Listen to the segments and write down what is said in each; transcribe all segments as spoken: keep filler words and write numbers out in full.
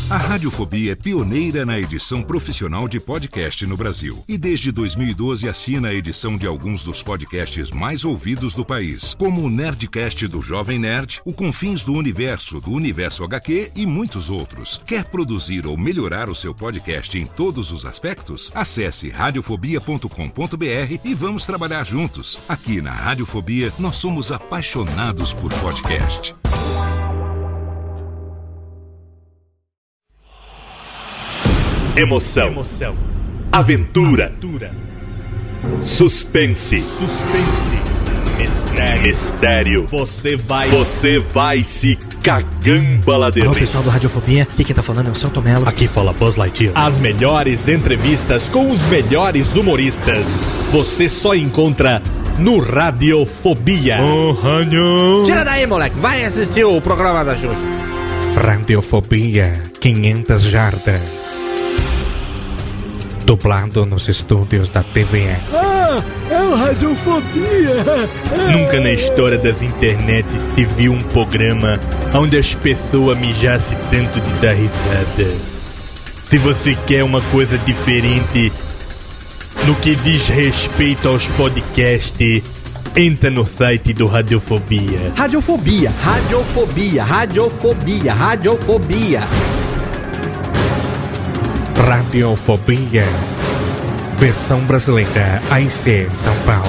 A Radiofobia é pioneira na edição profissional de podcast no Brasil. E desde dois mil e doze assina a edição de alguns dos podcasts mais ouvidos do país, como o Nerdcast do Jovem Nerd, o Confins do Universo, do Universo agá quê e muitos outros. Quer produzir ou melhorar o seu podcast em todos os aspectos? Acesse radiofobia ponto com ponto b r e vamos trabalhar juntos. Aqui na Radiofobia, nós somos apaixonados por podcast. Emoção, Emoção. Aventura, Aventura. Suspense, Suspense. Mistério. Mistério. Você vai, você vai se cagambaladeiro. Olá, pessoal do Radiofobia. Aqui quem tá falando é o Celto Mello. Aqui fala Buzz Lightyear. As melhores entrevistas com os melhores humoristas você só encontra no Radiofobia. Oh, Ranho. Tira daí, moleque. Vai assistir o programa da Xuxa. Radiofobia, quinhentas jardas. Dublado nos estúdios da T V S. Ah, é o Radiofobia! Nunca na história das internet se viu um programa onde as pessoas mijassem tanto de dar risada. Se você quer uma coisa diferente no que diz respeito aos podcasts, entra no site do Radiofobia. Radiofobia, Radiofobia, Radiofobia, Radiofobia. Radiofobia, versão brasileira, A I C, São Paulo.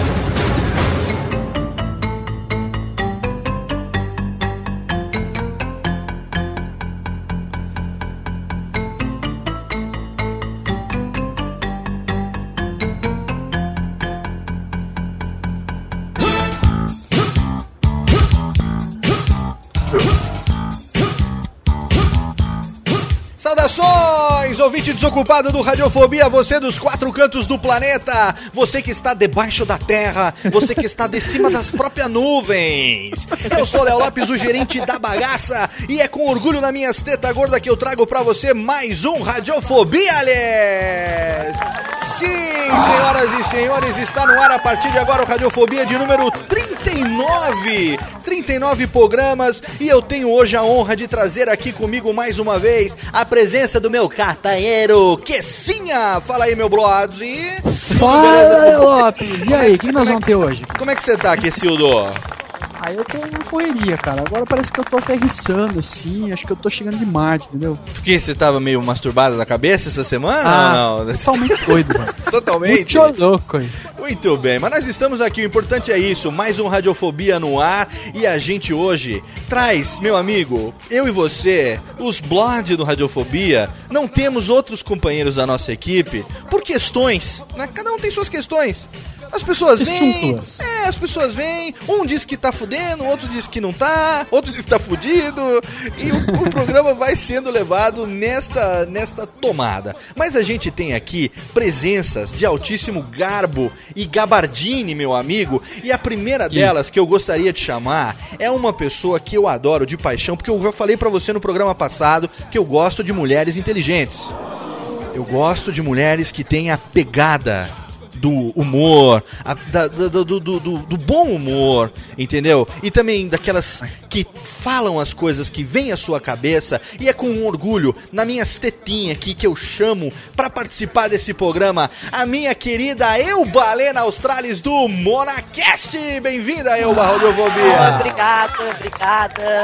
Saudações, ouvinte desocupado do Radiofobia, você dos quatro cantos do planeta, você que está debaixo da terra, você que está de cima das próprias nuvens. Eu sou Léo Lopes, o gerente da bagaça, e é com orgulho na minhas tetas gordas que eu trago pra você mais um Radiofobia, aliás. Sim, senhoras e senhores, está no ar a partir de agora o Radiofobia de número trinta e nove. trinta e nove programas, e eu tenho hoje a honra de trazer aqui comigo mais uma vez a presença do meu cartaeiro, Quessinha. Fala aí, meu broados, e... Fala, Lopes. E aí, o que nós vamos ter hoje? Como é que você tá, Quessildo? Aí eu tô na correria, cara. Agora parece que eu tô aterrissando, assim. Acho que eu tô chegando de Marte, entendeu? Por que? Você tava meio masturbado na cabeça essa semana? Ah, ou não? Totalmente doido, mano. Totalmente? Muito louco, hein? Muito bem, mas nós estamos aqui, o importante é isso, mais um Radiofobia no ar, e a gente hoje traz, meu amigo, eu e você, os Blood do Radiofobia, não temos outros companheiros da nossa equipe, por questões, né? Cada um tem suas questões. As pessoas vêm, é, as pessoas vêm, um diz que tá fudendo, outro diz que não tá, outro diz que tá fudido, e o, o programa vai sendo levado nesta, nesta tomada. Mas a gente tem aqui presenças de altíssimo garbo e gabardine, meu amigo, e a primeira delas que eu gostaria de chamar é uma pessoa que eu adoro de paixão, porque eu já falei pra você no programa passado que eu gosto de mulheres inteligentes. Eu gosto de mulheres que têm a pegada do humor, a, da, do, do, do, do, do bom humor, entendeu? E também daquelas que falam as coisas que vêm à sua cabeça, e é com um orgulho na minhas tetinhas aqui que eu chamo pra participar desse programa a minha querida Elba Lena Australis do Monacast. Bem-vinda, Elba Radiofobia. Obrigada, obrigada.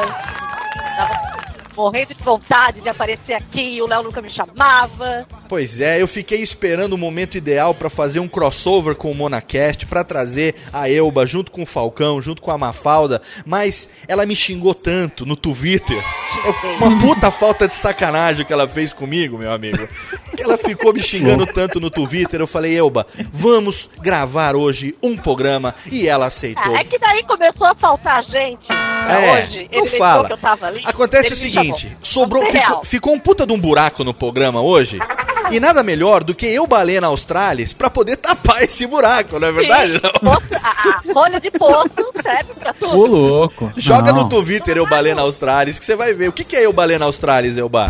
Tava morrendo de vontade de aparecer aqui, o Léo nunca me chamava. Pois é, eu fiquei esperando o momento ideal pra fazer um crossover com o Monacast, pra trazer a Elba junto com o Falcão, junto com a Mafalda, mas ela me xingou tanto no Twitter. Uma puta falta de sacanagem que ela fez comigo, meu amigo. Que ela ficou me xingando tanto no Twitter. Eu falei, Elba, vamos gravar hoje um programa, e ela aceitou. Ah, é que daí começou a faltar gente. É, hoje. não Ele fala. que eu tava ali, acontece o seguinte, sobrou, ficou, ficou um puta de um buraco no programa hoje, e nada melhor do que eu, Balena Australis, pra poder tapar esse buraco, não é verdade? Não? Poço, a, a rolha de poço serve pra tudo. Ô, louco. Joga Não. no Twitter, eu, Balena Australis, que você vai ver. O que, que é eu, Balena Australis, Elba?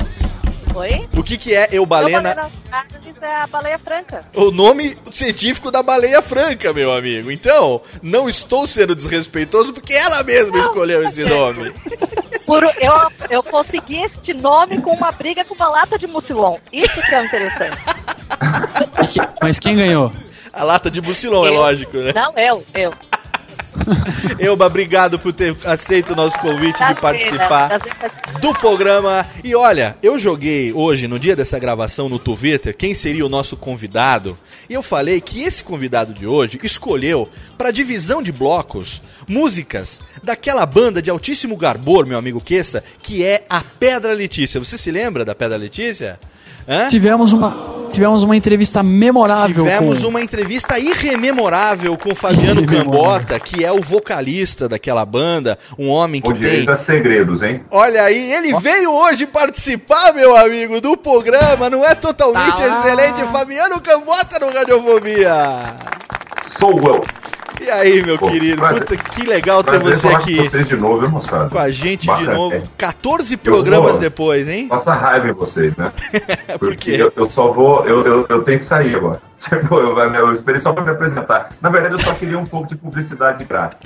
Oi? O que, que é eu, Balena... Eu, é a baleia franca. O nome científico da baleia franca, meu amigo. Então, não estou sendo desrespeitoso porque ela mesma escolheu esse nome. Por, eu, eu consegui este nome com uma briga com uma lata de mucilon. Isso que é interessante. Mas quem ganhou? A lata de mucilon, é lógico, né? Não, eu, eu. Elba, obrigado por ter aceito o nosso convite de participar do programa. E olha, eu joguei hoje, no dia dessa gravação, no Twitter, quem seria o nosso convidado. E eu falei que esse convidado de hoje escolheu, para divisão de blocos, músicas daquela banda de altíssimo garbor, meu amigo Queça, que é a Pedra Letícia. Você se lembra da Pedra Letícia? Hã? Tivemos uma, tivemos uma entrevista memorável. Tivemos com... uma entrevista irrememorável com o Fabiano Cambota, que é o vocalista daquela banda, um homem que o direito tem... a segredos, hein? Olha aí, ele oh. veio hoje participar, meu amigo, do programa, não é totalmente ah. excelente? Fabiano Cambota no Radiofobia. Sou eu. E aí, meu Pô, querido, prazer, puta, que legal ter você aqui. Com vocês de novo, hein, moçada? Com a gente Bacana, de novo. é. quatorze programas vou, depois, hein? Passa raiva em vocês, né? Por Porque quê? Eu, eu só vou. Eu, eu, eu tenho que sair agora. Tipo, eu, eu esperei só pra me apresentar. Na verdade, eu só queria um pouco de publicidade grátis.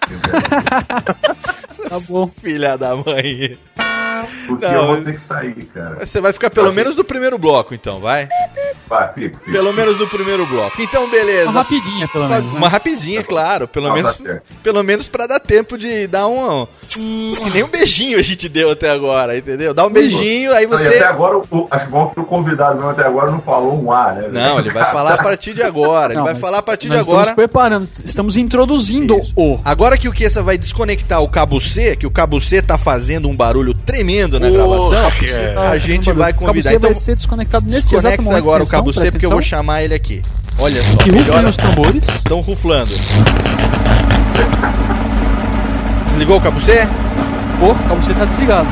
Tá bom. Filha da mãe. Porque não, eu vou ter que sair, cara. Você vai ficar pelo vai menos do primeiro bloco, então, vai? Vai, fico, fico. Pelo menos do primeiro bloco. Então, beleza. Uma rapidinha, pelo Fa- menos. Né? Uma rapidinha, claro. Pelo não, menos tá pelo menos pra dar tempo de dar um... um nem um beijinho a gente deu até agora, entendeu? Dá um beijinho, aí você... Não, até agora, o, acho bom que o convidado mesmo até agora não falou um A, né? Não, ele vai falar a partir de agora. Ele não, vai falar a partir de nós agora. Estamos preparando, estamos introduzindo Isso. o... Agora que o Kessa vai desconectar o cabo C, que o cabo C tá fazendo um barulho tremendo na gravação, é. a gente é. vai convidar. O cabo C então, vai ser desconectado neste exato momento. Agora atenção, o cabo C, porque eu vou chamar ele aqui. Olha só. Que rufem os tambores. Estão ruflando. Desligou o cabo C? Pô, o cabo C tá desligado.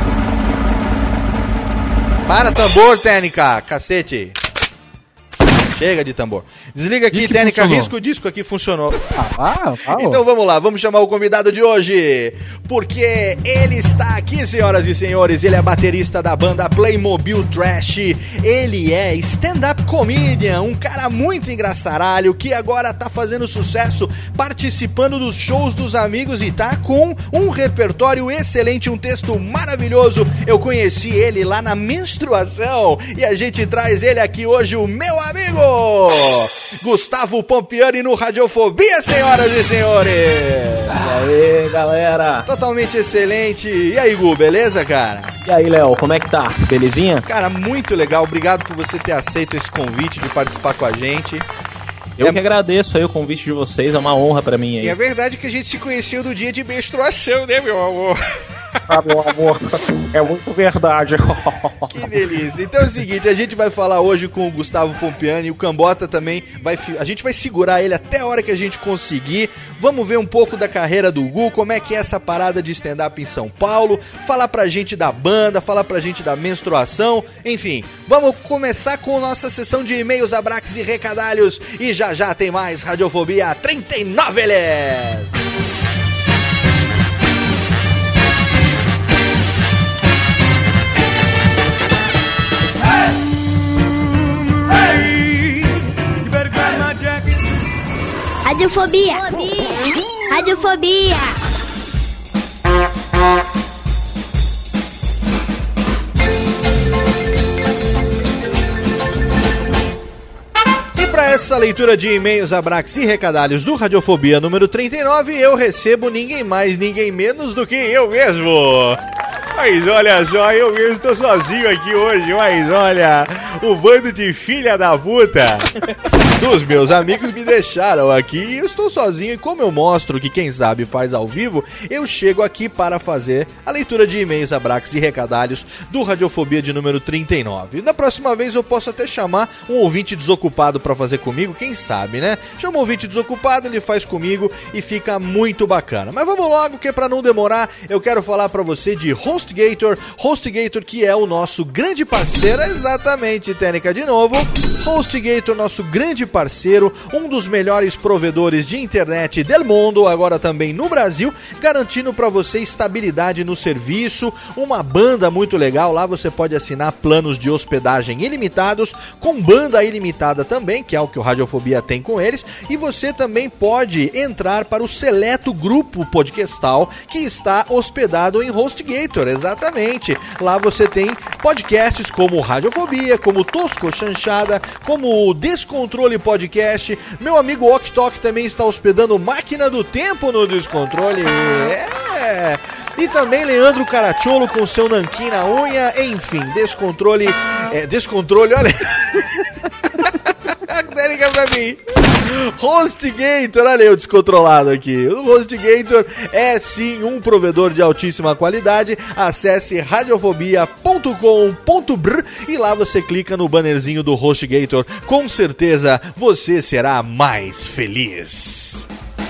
Para, tambor, técnica, cacete. Chega de tambor. Desliga aqui, técnica, risco, o disco aqui funcionou. Ah, ah, então vamos lá, vamos chamar o convidado de hoje. Porque ele está aqui, senhoras e senhores. Ele é baterista da banda Playmobil Trash. Ele é stand-up comedian, um cara muito engraçaralho que agora tá fazendo sucesso participando dos shows dos amigos e tá com um repertório excelente, um texto maravilhoso. Eu conheci ele lá na menstruação e a gente traz ele aqui hoje, o meu amigo Gustavo Pompiani no Radiofobia, senhoras e senhores. E aí, galera. Totalmente excelente. E aí, Gu, beleza, cara? E aí, Léo, como é que tá? Belezinha? Cara, muito legal. Obrigado por você ter aceito esse convite de participar com a gente. Eu é... que agradeço aí o convite de vocês, é uma honra pra mim aí. E é verdade que a gente se conheceu do dia de menstruação, né, meu amor? Ah, meu amor, é muito verdade. Que delícia. Então é o seguinte, a gente vai falar hoje com o Gustavo Pompiani e o Cambota também vai, a gente vai segurar ele até a hora que a gente conseguir. Vamos ver um pouco da carreira do Gu, como é que é essa parada de stand-up em São Paulo, falar pra gente da banda, falar pra gente da menstruação, enfim. Vamos começar com nossa sessão de e-mails, abraques e recadalhos e já já tem mais Radiofobia trinta e nove, eles! Radiofobia. Radiofobia. E para essa leitura de e-mails, abraques e recadalhos do Radiofobia número trinta e nove, eu recebo ninguém mais, ninguém menos do que eu mesmo. Mas olha só, eu mesmo estou sozinho aqui hoje, mas olha, o bando de filha da puta dos meus amigos me deixaram aqui e eu estou sozinho. E como eu mostro que quem sabe faz ao vivo, eu chego aqui para fazer a leitura de e-mails, abraques e recadalhos do Radiofobia de número trinta e nove. Da próxima vez eu posso até chamar um ouvinte desocupado para fazer comigo, quem sabe, né? Chama um ouvinte desocupado, ele faz comigo e fica muito bacana. Mas vamos logo, que para não demorar, eu quero falar para você de HostGator, HostGator que é o nosso grande parceiro, exatamente, técnica de novo, HostGator, nosso grande parceiro, um dos melhores provedores de internet del mundo, agora também no Brasil, garantindo para você estabilidade no serviço, uma banda muito legal, lá você pode assinar planos de hospedagem ilimitados, com banda ilimitada também, que é o que o Radiofobia tem com eles, e você também pode entrar para o seleto grupo podcastal que está hospedado em HostGator, exatamente. Lá você tem podcasts como Radiofobia, como Tosco Chanchada, como o Descontrole Podcast. Meu amigo Ok Tok também está hospedando Máquina do Tempo no Descontrole. É... E também Leandro Caracciolo com seu nanquim na unha. Enfim, Descontrole... É, descontrole, olha... Liga pra mim. HostGator, olha eu descontrolado aqui. O HostGator é sim um provedor de altíssima qualidade. Acesse radiofobia ponto com ponto br e lá você clica no bannerzinho do HostGator. Com certeza você será mais feliz.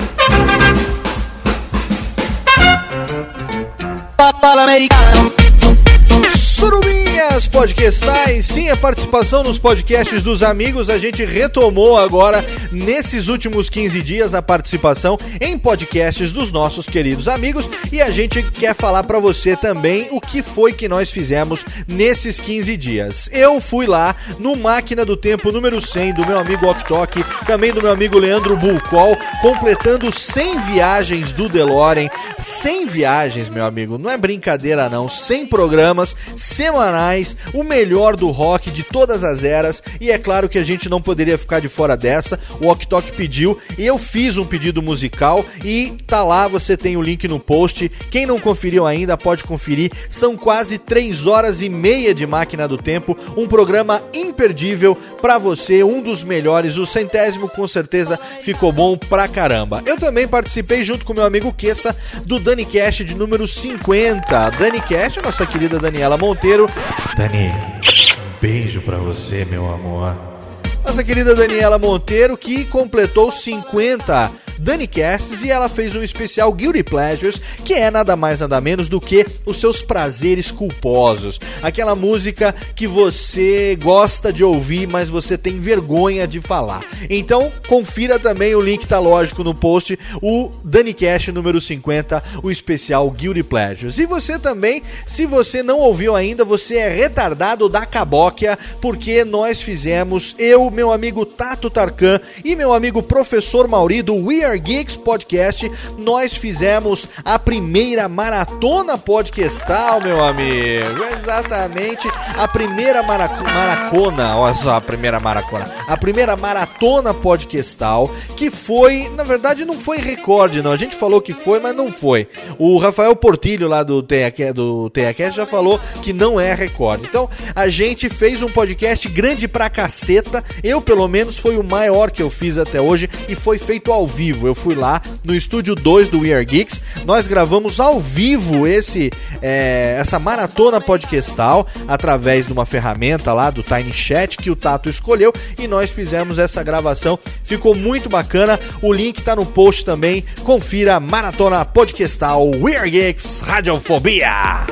Surubinhas podcastais, sim, a participação nos podcasts dos amigos. A gente retomou agora, nesses últimos quinze dias, a participação em podcasts dos nossos queridos amigos. E a gente quer falar pra você também o que foi que nós fizemos nesses quinze dias. Eu fui lá no Máquina do Tempo número cem do meu amigo Ok Tok, também do meu amigo Leandro Bulcol, completando cem viagens do DeLorean. cem viagens, meu amigo, não é brincadeira não, cem programas semanais, o melhor do rock de todas as eras. E é claro que a gente não poderia ficar de fora dessa. O Ok Tok pediu, eu fiz um pedido musical e tá lá, você tem o link no post. Quem não conferiu ainda pode conferir. São quase três horas e meia de Máquina do Tempo, um programa imperdível pra você, um dos melhores. O centésimo com certeza ficou bom pra caramba. Eu também participei junto com meu amigo Kessa do DaniCast de número cinquenta. DaniCast, nossa querida Daniela Monteiro. Dani, um beijo pra você, meu amor. Nossa querida Daniela Monteiro, que completou cinquenta DaniCasts, e ela fez um especial Guilty Pleasures, que é nada mais nada menos do que os seus prazeres culposos. Aquela música que você gosta de ouvir, mas você tem vergonha de falar. Então, confira também, o link tá lógico no post, o DaniCast número cinquenta, o especial Guilty Pleasures. E você também, se você não ouviu ainda, você é retardado da cabóquia, porque nós fizemos, eu, meu amigo Tato Tarkan e meu amigo Professor Mauri do We Are Geeks Podcast, nós fizemos a primeira maratona podcastal, meu amigo. Exatamente, a primeira marac- maracona, olha só, a primeira maracona, a primeira maratona podcastal, que foi, na verdade não foi recorde não, a gente falou que foi, mas não foi. O Rafael Portilho lá do TeaCast do TeaCast já falou que não é recorde. Então, a gente fez um podcast grande pra caceta, eu pelo menos foi o maior que eu fiz até hoje e foi feito ao vivo. Eu fui lá no estúdio dois do We Are Geeks, nós gravamos ao vivo esse, é, essa maratona podcastal através de uma ferramenta lá do Tiny Chat que o Tato escolheu, e nós fizemos essa gravação, ficou muito bacana. O link tá no post também, confira a maratona podcastal We Are Geeks Radiofobia.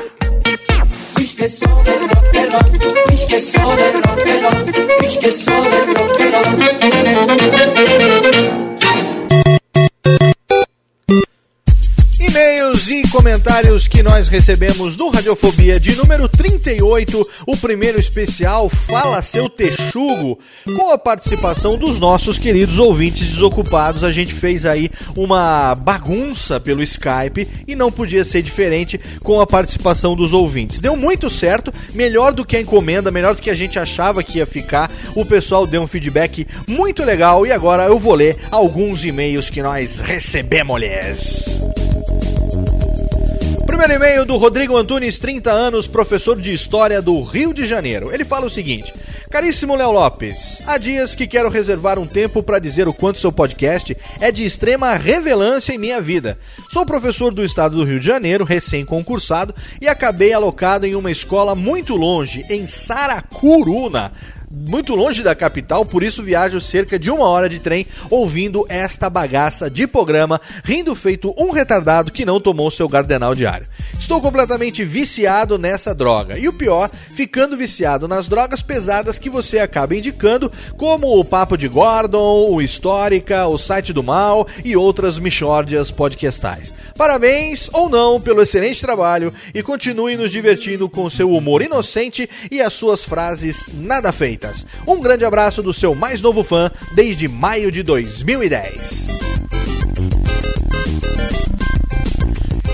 E-mails e comentários que nós recebemos no Radiofobia de número trinta e oito, o primeiro especial Fala Seu Texugo, com a participação dos nossos queridos ouvintes desocupados. A gente fez aí uma bagunça pelo Skype e não podia ser diferente com a participação dos ouvintes. Deu muito certo, melhor do que a encomenda, melhor do que a gente achava que ia ficar. O pessoal deu um feedback muito legal e agora eu vou ler alguns e-mails que nós recebemos. Primeiro e-mail do Rodrigo Antunes, trinta anos, professor de História do Rio de Janeiro. Ele fala o seguinte: caríssimo Léo Lopes, há dias que quero reservar um tempo para dizer o quanto seu podcast é de extrema relevância em minha vida. Sou professor do estado do Rio de Janeiro, recém-concursado, e acabei alocado em uma escola muito longe, em Saracuruna, muito longe da capital, por isso viajo cerca de uma hora de trem ouvindo esta bagaça de programa, rindo feito um retardado que não tomou seu gardenal diário. Estou completamente viciado nessa droga, e o pior, ficando viciado nas drogas pesadas que você acaba indicando, como o Papo de Gordon, o Histórica, o Site do Mal e outras michórdias podcastais. Parabéns, ou não, pelo excelente trabalho, e continue nos divertindo com seu humor inocente e as suas frases nada feitas. Um grande abraço do seu mais novo fã desde maio de dois mil e dez.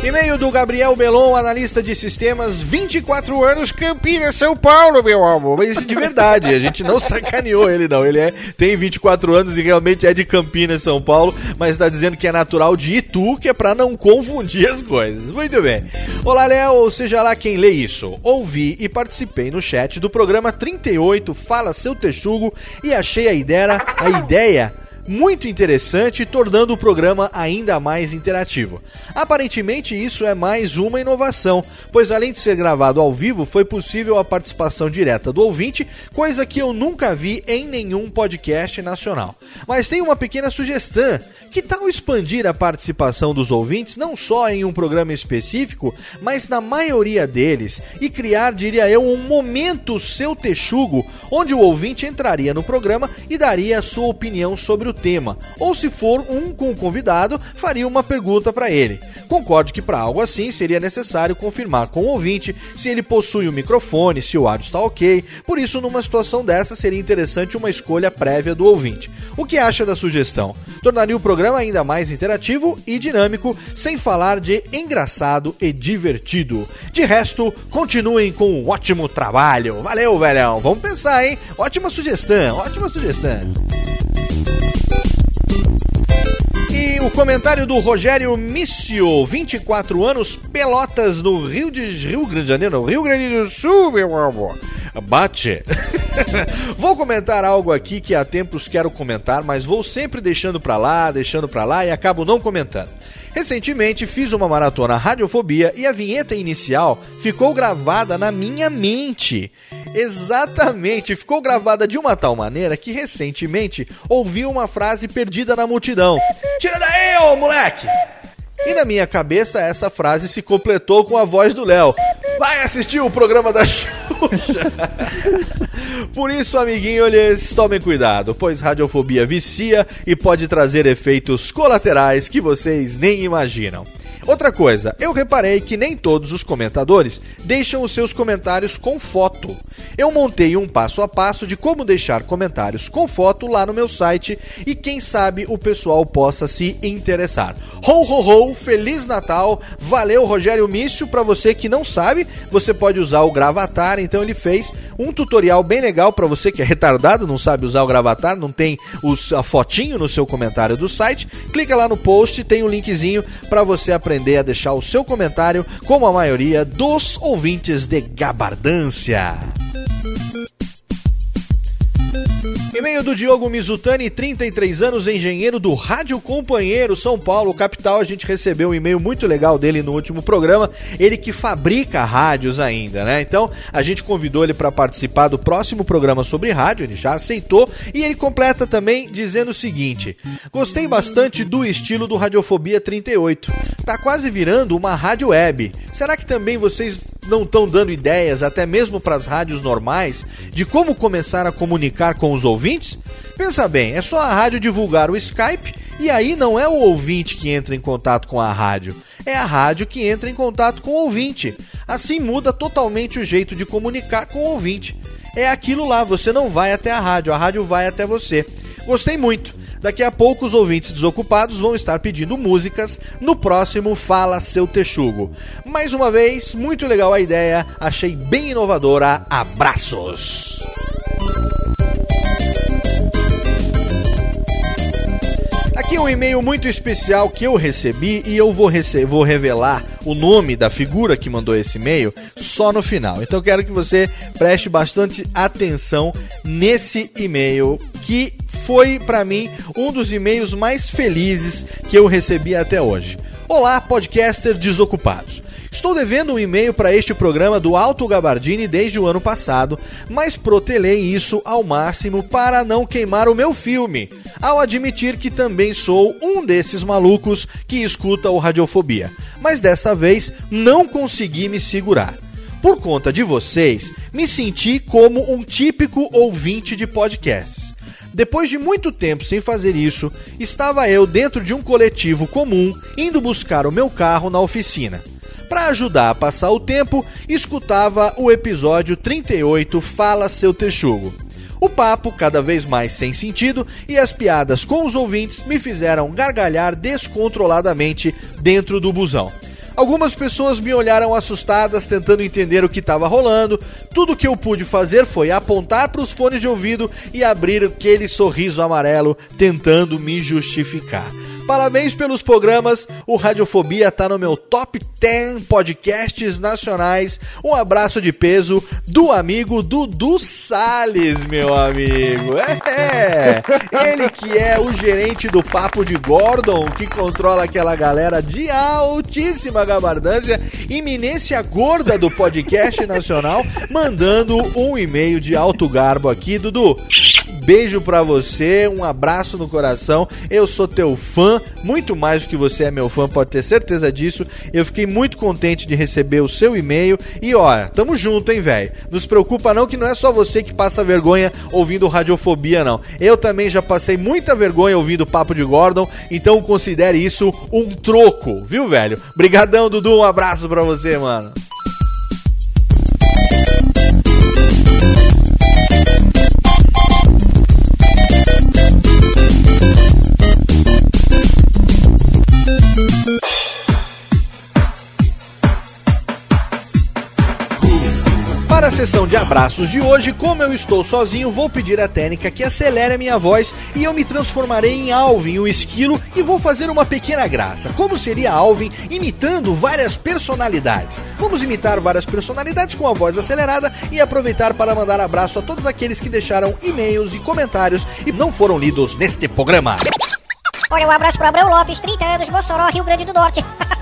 E-mail do Gabriel Belon, analista de sistemas, vinte e quatro anos, Campinas, São Paulo, meu amor. Mas isso de verdade, a gente não sacaneou ele não, ele é, tem vinte e quatro anos e realmente é de Campinas, São Paulo, mas está dizendo que é natural de Itu, que é pra não confundir as coisas. Muito bem. Olá, Léo, ou seja lá quem lê isso. Ouvi e participei no chat do programa trinta e oito, Fala Seu Texugo, e achei a ideia, a ideia muito interessante, tornando o programa ainda mais interativo. Aparentemente isso é mais uma inovação, pois além de ser gravado ao vivo, foi possível a participação direta do ouvinte, coisa que eu nunca vi em nenhum podcast nacional. Mas tem uma pequena sugestão: que tal expandir a participação dos ouvintes não só em um programa específico, mas na maioria deles, e criar, diria eu, um momento Seu Texugo, onde o ouvinte entraria no programa e daria a sua opinião sobre o tema, ou se for um com o convidado, faria uma pergunta para ele. Concordo que para algo assim seria necessário confirmar com o ouvinte se ele possui um microfone, se o áudio está ok, por isso numa situação dessa seria interessante uma escolha prévia do ouvinte. O que acha da sugestão? Tornaria o programa ainda mais interativo e dinâmico, sem falar de engraçado e divertido. De resto, continuem com um ótimo trabalho. Valeu, velhão. Vamos pensar, hein? Ótima sugestão, ótima sugestão. E o comentário do Rogério Mício, vinte e quatro anos, Pelotas, no Rio de Rio Grande de Janeiro, no Rio Grande do Sul, meu amor. Bate. Vou comentar algo aqui que há tempos quero comentar, mas vou sempre deixando pra lá, deixando pra lá e acabo não comentando. Recentemente fiz uma maratona Radiofobia e a vinheta inicial ficou gravada na minha mente. Exatamente, ficou gravada de uma tal maneira que recentemente ouvi uma frase perdida na multidão. Tira daí, ô moleque! E na minha cabeça essa frase se completou com a voz do Léo. Vai assistir o programa da Xuxa! Por isso, amiguinhos, tomem cuidado, pois radiofobia vicia e pode trazer efeitos colaterais que vocês nem imaginam. Outra coisa, eu reparei que nem todos os comentadores deixam os seus comentários com foto. Eu montei um passo a passo de como deixar comentários com foto lá no meu site e quem sabe o pessoal possa se interessar. Ho, ho, ho, Feliz Natal, valeu Rogério Mício, pra você que não sabe, você pode usar o Gravatar, então ele fez um tutorial bem legal pra você que é retardado, não sabe usar o Gravatar, não tem os, a fotinho no seu comentário do site, clica lá no post, tem um linkzinho pra você aprender a deixar o seu comentário como a maioria dos ouvintes de gabardância. E-mail do Diogo Mizutani, trinta e três anos, engenheiro do Rádio Companheiro, São Paulo, capital. A gente recebeu um e-mail muito legal dele no último programa, ele que fabrica rádios ainda, né? Então, a gente convidou ele para participar do próximo programa sobre rádio, ele já aceitou, e ele completa também dizendo o seguinte: gostei bastante do estilo do Radiofobia trinta e oito, tá quase virando uma rádio web. Será que também vocês não estão dando ideias, até mesmo para as rádios normais, de como começar a comunicar com os ouvintes? Pensa bem, é só a rádio divulgar o Skype e aí não é o ouvinte que entra em contato com a rádio, é a rádio que entra em contato com o ouvinte. Assim muda totalmente o jeito de comunicar com o ouvinte. É aquilo lá, você não vai até a rádio, a rádio vai até você. Gostei muito. Daqui a pouco os ouvintes desocupados vão estar pedindo músicas no próximo Fala Seu Texugo. Mais uma vez, muito legal a ideia, achei bem inovadora. Abraços! Aqui um e-mail muito especial que eu recebi e eu vou, rece- vou revelar o nome da figura que mandou esse e-mail só no final. Então quero que você preste bastante atenção nesse e-mail, que foi para mim um dos e-mails mais felizes que eu recebi até hoje. Olá, podcaster desocupados. Estou devendo um e-mail para este programa do Alto Gabardini desde o ano passado, mas protelei isso ao máximo para não queimar o meu filme, ao admitir que também sou um desses malucos que escuta o Radiofobia. Mas dessa vez não consegui me segurar. Por conta de vocês, me senti como um típico ouvinte de podcasts. Depois de muito tempo sem fazer isso, estava eu dentro de um coletivo comum, indo buscar o meu carro na oficina. Para ajudar a passar o tempo, escutava o episódio trinta e oito, Fala Seu Texugo. O papo cada vez mais sem sentido e as piadas com os ouvintes me fizeram gargalhar descontroladamente dentro do busão. Algumas pessoas me olharam assustadas, tentando entender o que estava rolando. Tudo que eu pude fazer foi apontar para os fones de ouvido e abrir aquele sorriso amarelo, tentando me justificar. Parabéns pelos programas, o Radiofobia tá no meu top dez podcasts nacionais. Um abraço de peso do amigo Dudu Salles, meu amigo. É, ele que é o gerente do Papo de Gordon, que controla aquela galera de altíssima gabardância, iminência gorda do podcast nacional, mandando um e-mail de alto garbo aqui. Dudu, beijo pra você, um abraço no coração, eu sou teu fã, muito mais do que você é meu fã, pode ter certeza disso. Eu fiquei muito contente de receber o seu e-mail e ó, tamo junto, hein, velho. Não se preocupa não que não é só você que passa vergonha ouvindo Radiofobia, não. Eu também já passei muita vergonha ouvindo Papo de Gordon, então considere isso um troco, viu, velho? Brigadão, Dudu, um abraço pra você, mano. Para a sessão de abraços de hoje, como eu estou sozinho, vou pedir à técnica que acelere a minha voz e eu me transformarei em Alvin, o esquilo, e vou fazer uma pequena graça. Como seria Alvin imitando várias personalidades? Vamos imitar várias personalidades com a voz acelerada e aproveitar para mandar abraço a todos aqueles que deixaram e-mails e comentários e não foram lidos neste programa. Olha, um abraço para Abreu Lopes, trinta anos, Mossoró, Rio Grande do Norte.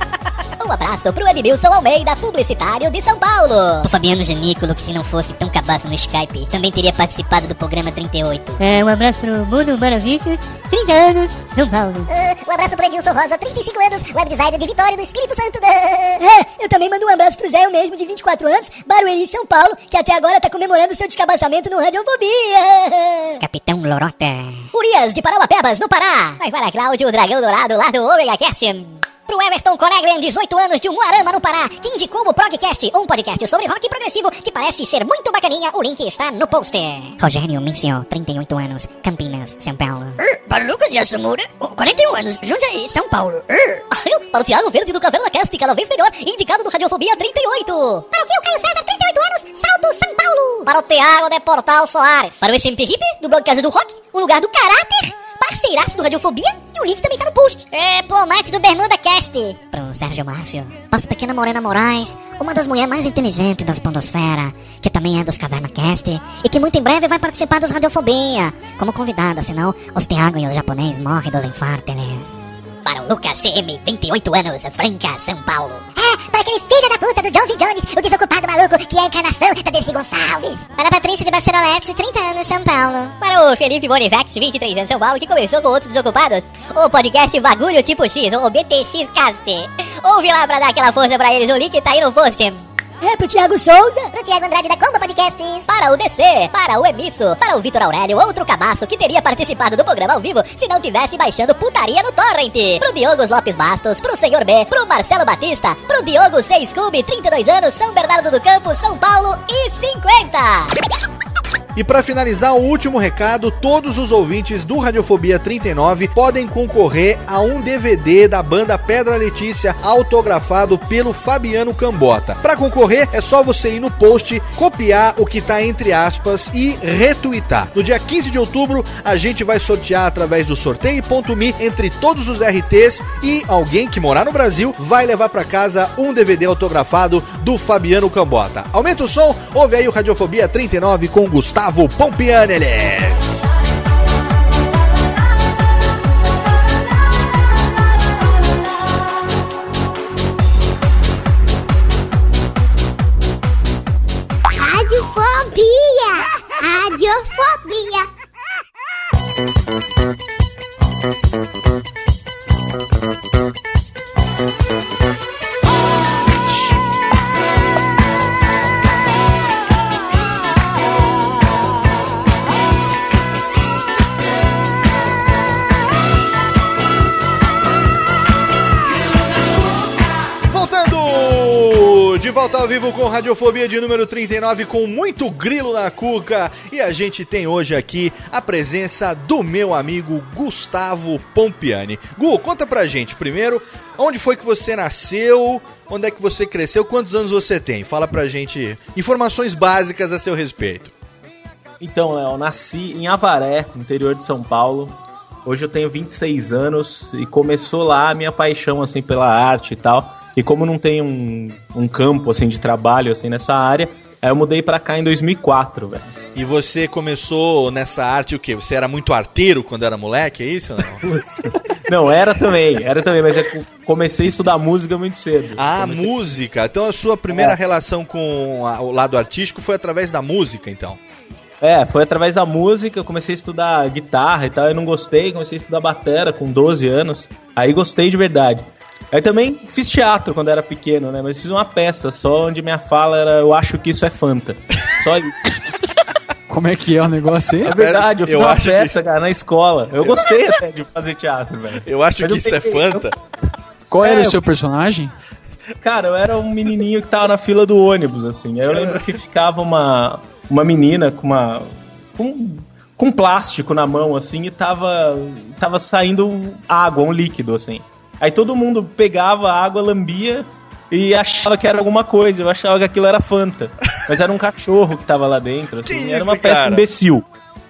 Um abraço pro Edmilson Almeida, publicitário de São Paulo. O Fabiano Janícolo, que se não fosse tão cabaço no Skype, também teria participado do programa trinta e oito. É, um abraço pro Mundo Maravilha, trinta anos, São Paulo. Uh, um abraço pro Edilson Rosa, trinta e cinco anos, web designer de Vitória do Espírito Santo. É, eu também mando um abraço pro Zé, eu mesmo, de vinte e quatro anos, Barueri, São Paulo, que até agora tá comemorando seu descabaçamento no Radiofobia. Capitão Lorota. Urias, de Parauapebas, no Pará. Vai para Cláudio, o Dragão Dourado, lá do Omega Cast. Pro Everton Coneglian, dezoito anos, de Umuarama, no Pará, que indicou o Progcast, um podcast sobre rock progressivo que parece ser muito bacaninha. O link está no poster. Rogério Mincio, trinta e oito anos, Campinas, São Paulo. Uh, para o Lucas Yasumura, quarenta e um anos, Jundiaí, São Paulo. Uh. Para o Thiago Verde do Caverna Cast, cada vez melhor, indicado do Radiofobia trinta e oito. Para o Kio Caio César, trinta e oito anos, Salto, São Paulo. Para o Thiago de Portal Soares. Para o S M P Hippie, do blog Casa do Rock, o lugar do caráter, parceiraço do Radiofobia, e o link também tá no post. É, pô, Marte do Bermuda Cast. Pro Sérgio Márcio, nossa pequena Morena Moraes, uma das mulheres mais inteligentes das Pondosfera, que também é dos Caverna Cast, e que muito em breve vai participar dos Radiofobia, como convidada, senão os Thiago e os japonês morrem dos infartos. Para o Lucas C M, vinte e oito anos, Franca, São Paulo. É, para aquele filho da puta do John V. Jones, o desocupado maluco, que é a encarnação da Dercy Gonçalves. Para a Patrícia de Barcelonete, trinta anos, São Paulo. Para o Felipe Bonifax, vinte e três anos, São Paulo, que começou com outros desocupados, o podcast Bagulho Tipo X, ou B T X Cast. Ouve lá pra dar aquela força pra eles, o link tá aí no post. É pro Thiago Souza, pro Thiago Andrade da Combo Podcasts, para o D C, para o Emisso, para o Vitor Aurélio, outro cabaço que teria participado do programa ao vivo se não tivesse baixando putaria no torrent, pro Diogo Lopes Bastos, pro Senhor B, pro Marcelo Batista, pro Diogo C. Scooby, trinta e dois anos, São Bernardo do Campo, São Paulo e cinquenta. E para finalizar, o último recado, todos os ouvintes do Radiofobia trinta e nove podem concorrer a um D V D da banda Pedra Letícia, autografado pelo Fabiano Cambota. Para concorrer, é só você ir no post, copiar o que tá entre aspas e retweetar. No dia quinze de outubro, a gente vai sortear através do sorteio ponto me entre todos os R Ts e alguém que morar no Brasil vai levar para casa um D V D autografado do Fabiano Cambota. Aumenta o som, ouve aí o Radiofobia trinta e nove com Gustavo Pompianeles. Radiofobia! Radiofobia! volta ao vivo com Radiofobia de número trinta e nove, com muito grilo na cuca. E a gente tem hoje aqui a presença do meu amigo Gustavo Pompiani. Gu, conta pra gente primeiro, onde foi que você nasceu, onde é que você cresceu, quantos anos você tem? Fala pra gente informações básicas a seu respeito. Então, Léo, nasci em Avaré, interior de São Paulo. Hoje eu tenho vinte e seis anos e começou lá a minha paixão assim, pela arte e tal. E como não tem um, um campo assim, de trabalho assim, nessa área, aí eu mudei pra cá em dois mil e quatro, velho. E você começou nessa arte o quê? Você era muito arteiro quando era moleque, é isso ou não? Não, era também, era também, mas eu comecei a estudar música muito cedo. Ah, comecei... música. Então a sua primeira é. relação com a, o lado artístico foi através da música, então? É, foi através da música, eu comecei a estudar guitarra e tal, eu não gostei, comecei a estudar batera com doze anos, aí gostei de verdade. Aí também fiz teatro quando era pequeno, né? Mas fiz uma peça só onde minha fala era eu acho que isso é Fanta. Só isso. Como é que é o negócio aí? É verdade, eu fiz eu uma acho peça, que... cara, na escola. Eu gostei até de fazer teatro, velho. Eu acho Mas que eu isso peguei, é Fanta. Eu... Qual era é, o seu personagem? Cara, eu era um menininho que tava na fila do ônibus, assim. Aí eu lembro que ficava uma, uma menina com uma... Com, com plástico na mão, assim, e tava, tava saindo água, um líquido, assim. Aí todo mundo pegava a água, lambia e achava que era alguma coisa. Eu achava que aquilo era Fanta. Mas era um cachorro que tava lá dentro, assim. Que era isso, uma peça cara? Imbecil.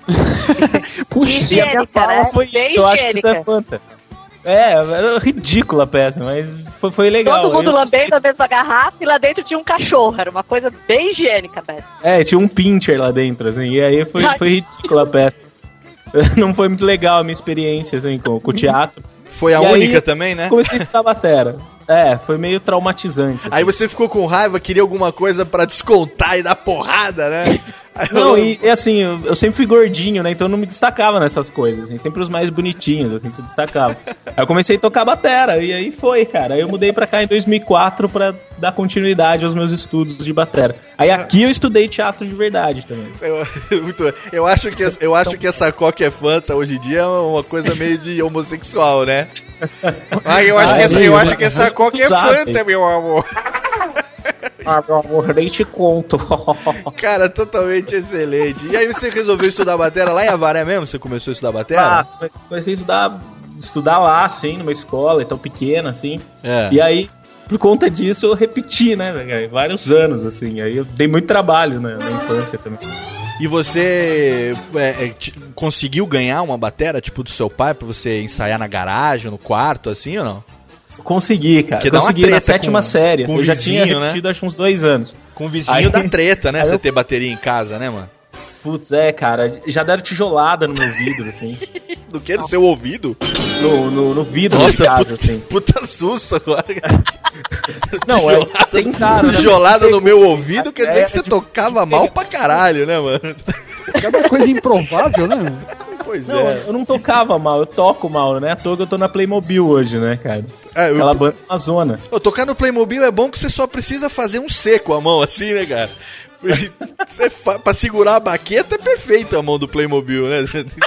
Puxa, e a minha fala foi isso. Eu acho que isso é Fanta. É, era ridícula a peça, mas foi, foi legal. Todo mundo eu lambendo a mesma garrafa e lá dentro tinha um cachorro. Era uma coisa bem higiênica, Beto. É, tinha um pincher lá dentro, assim. E aí foi, foi ridícula a peça. Não foi muito legal a minha experiência, assim, com, com o teatro. Foi a e única aí, também, né? Comecei a estudar batera. É, foi meio traumatizante. Assim. Aí você ficou com raiva, queria alguma coisa pra descontar e dar porrada, né? Aí não, eu... e, e assim, eu, eu sempre fui gordinho, né? Então eu não me destacava nessas coisas, assim. Sempre os mais bonitinhos, assim, se destacavam. Aí eu comecei a tocar batera, e aí foi, cara. Aí eu mudei pra cá em dois mil e quatro pra dar continuidade aos meus estudos de batera. Aí aqui eu estudei teatro de verdade também. Eu, eu, acho, que, eu acho que essa coca é Fanta hoje em dia é uma coisa meio de homossexual, né? Ah, eu acho, ah, que, essa, eu acho que essa coca é Fanta, meu amor. Ah, meu amor, nem te conto. Cara, totalmente excelente. E aí você resolveu estudar batera lá em Avaré mesmo? Você começou a estudar batera? Ah, comecei a estudar, estudar lá, assim, numa escola, então pequena, assim. É. E aí, por conta disso, eu repeti, né, vários anos, assim. Aí eu dei muito trabalho né, na infância também. E você é, é, conseguiu ganhar uma batera, tipo, do seu pai, pra você ensaiar na garagem, no quarto, assim, ou não? Consegui, cara. Porque consegui na sétima com, série. Com eu já vizinho, tinha repetido, né? Acho uns dois anos. Com o vizinho aí, da treta, né? Você eu... ter bateria em casa, né, mano? Putz, é, cara. Já deram tijolada no meu vidro, assim. Do que? No seu ouvido? No, no, no vidro Nossa, de casa, puta, assim. Puta susto agora. Não, é tentado, né? Tijolada no meu ouvido quer dizer que você tocava mal pra caralho, né, mano? Cada coisa improvável, né? Pois não, é. Eu não tocava mal, eu toco mal, né? À toa que eu tô na Playmobil hoje, né, cara? É, eu... Aquela banda Amazona. Eu tocar no Playmobil é bom que você só precisa fazer um seco a mão, assim, né, cara? Pra segurar a baqueta é perfeito a mão do Playmobil, né?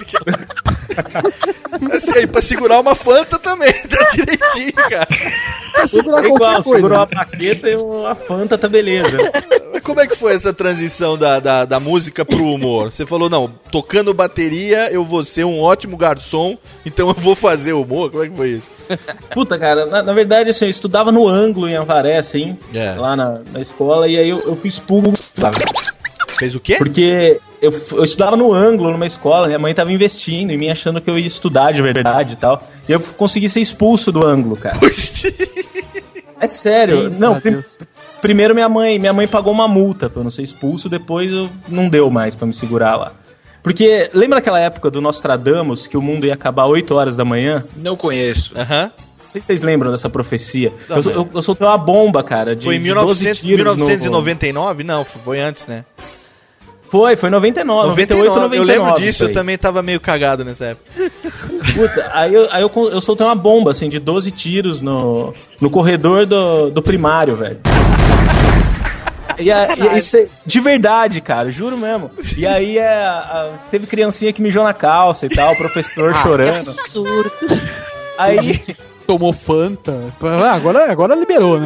Assim, aí, pra segurar uma Fanta também, tá direitinho, cara. Pra segurar é igual, qualquer coisa. Segurou a baqueta e a Fanta tá beleza. Mas como é que foi essa transição da, da, da música pro humor? Você falou, não, tocando bateria eu vou ser um ótimo garçom, então eu vou fazer humor? Como é que foi isso? Puta, cara, na, na verdade, assim, eu estudava no Ângulo, em Avaré, assim, é. lá na, na escola, e aí eu, eu fui expulso. Fez o quê? Porque eu, eu estudava no Ângulo, numa escola, minha mãe tava investindo em mim, achando que eu ia estudar de verdade e tal. E eu consegui ser expulso do Ângulo, cara. É sério. Isso, não, prim, primeiro minha mãe, minha mãe pagou uma multa pra eu não ser expulso, depois eu, não deu mais pra me segurar lá. Porque lembra aquela época do Nostradamus, que o mundo ia acabar oito horas da manhã? Não conheço. Aham. Uhum. Não sei se vocês lembram dessa profecia. Não, eu, eu, eu soltei uma bomba, cara, de, foi em de doze tiros mil novecentos e noventa e nove? No... Não, foi antes, né? Foi, foi em noventa e nove, noventa e oito, noventa e nove. Eu lembro disso, eu também tava meio cagado nessa época. Puta, aí, eu, aí eu, eu soltei uma bomba, assim, de doze tiros no, no corredor do, do primário, velho. E, a, e isso, de verdade, cara, juro mesmo. E aí é, a, teve criancinha que mijou na calça e tal, o professor ah, chorando. Que absurdo. Aí tomou Fanta. Ah, agora, agora liberou, né?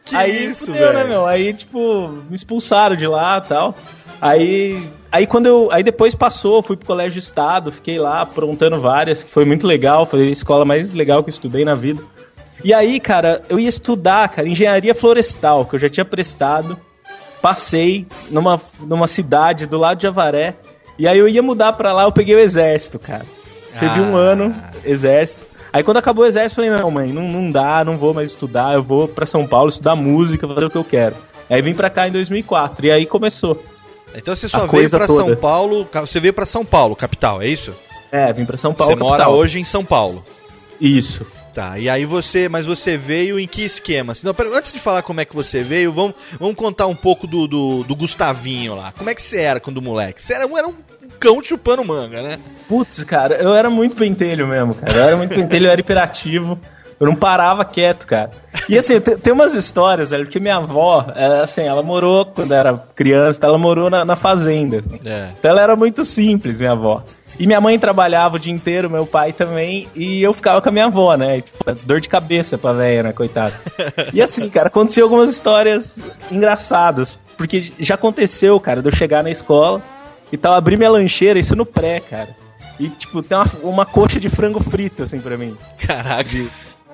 Que aí isso, fudeu, velho? né, meu? Aí, tipo, me expulsaram de lá e tal. Aí, aí quando eu... Aí depois passou, fui pro colégio de estado, fiquei lá aprontando várias, que foi muito legal, foi a escola mais legal que eu estudei na vida. E aí, cara, eu ia estudar, cara, engenharia florestal, que eu já tinha prestado. Passei numa, numa cidade do lado de Avaré. E aí eu ia mudar pra lá, eu peguei o exército, cara. Servi ah. um ano, exército. Aí quando acabou o exército, eu falei, não, mãe, não, não dá, não vou mais estudar. Eu vou pra São Paulo estudar música, fazer o que eu quero. Aí vim pra cá em dois mil e quatro, e aí começou. Então você só veio pra toda. São Paulo, você veio pra São Paulo, capital, é isso? É, vim pra São Paulo, Você capital. Mora hoje em São Paulo. Isso. Tá, e aí você, mas você veio em que esquema? Não, pera, antes de falar como é que você veio, vamos, vamos contar um pouco do, do, do Gustavinho lá. Como é que você era quando moleque? Você era, era um cão chupando manga, né? Putz, cara, eu era muito pentelho mesmo, cara. Eu era muito pentelho, eu era hiperativo. Eu não parava quieto, cara. E assim, tem, tem umas histórias, velho, porque minha avó, ela, assim, ela morou, quando era criança, ela morou na, na fazenda. Assim. É. Então ela era muito simples, minha avó. E minha mãe trabalhava o dia inteiro, meu pai também, e eu ficava com a minha avó, né? Tipo, dor de cabeça pra velha, né, coitada. E assim, cara, aconteceu algumas histórias engraçadas, porque já aconteceu, cara, de eu chegar na escola e tal, abrir minha lancheira, isso no pré, cara. E, tipo, tem uma, uma coxa de frango frito, assim, pra mim. Caraca. De,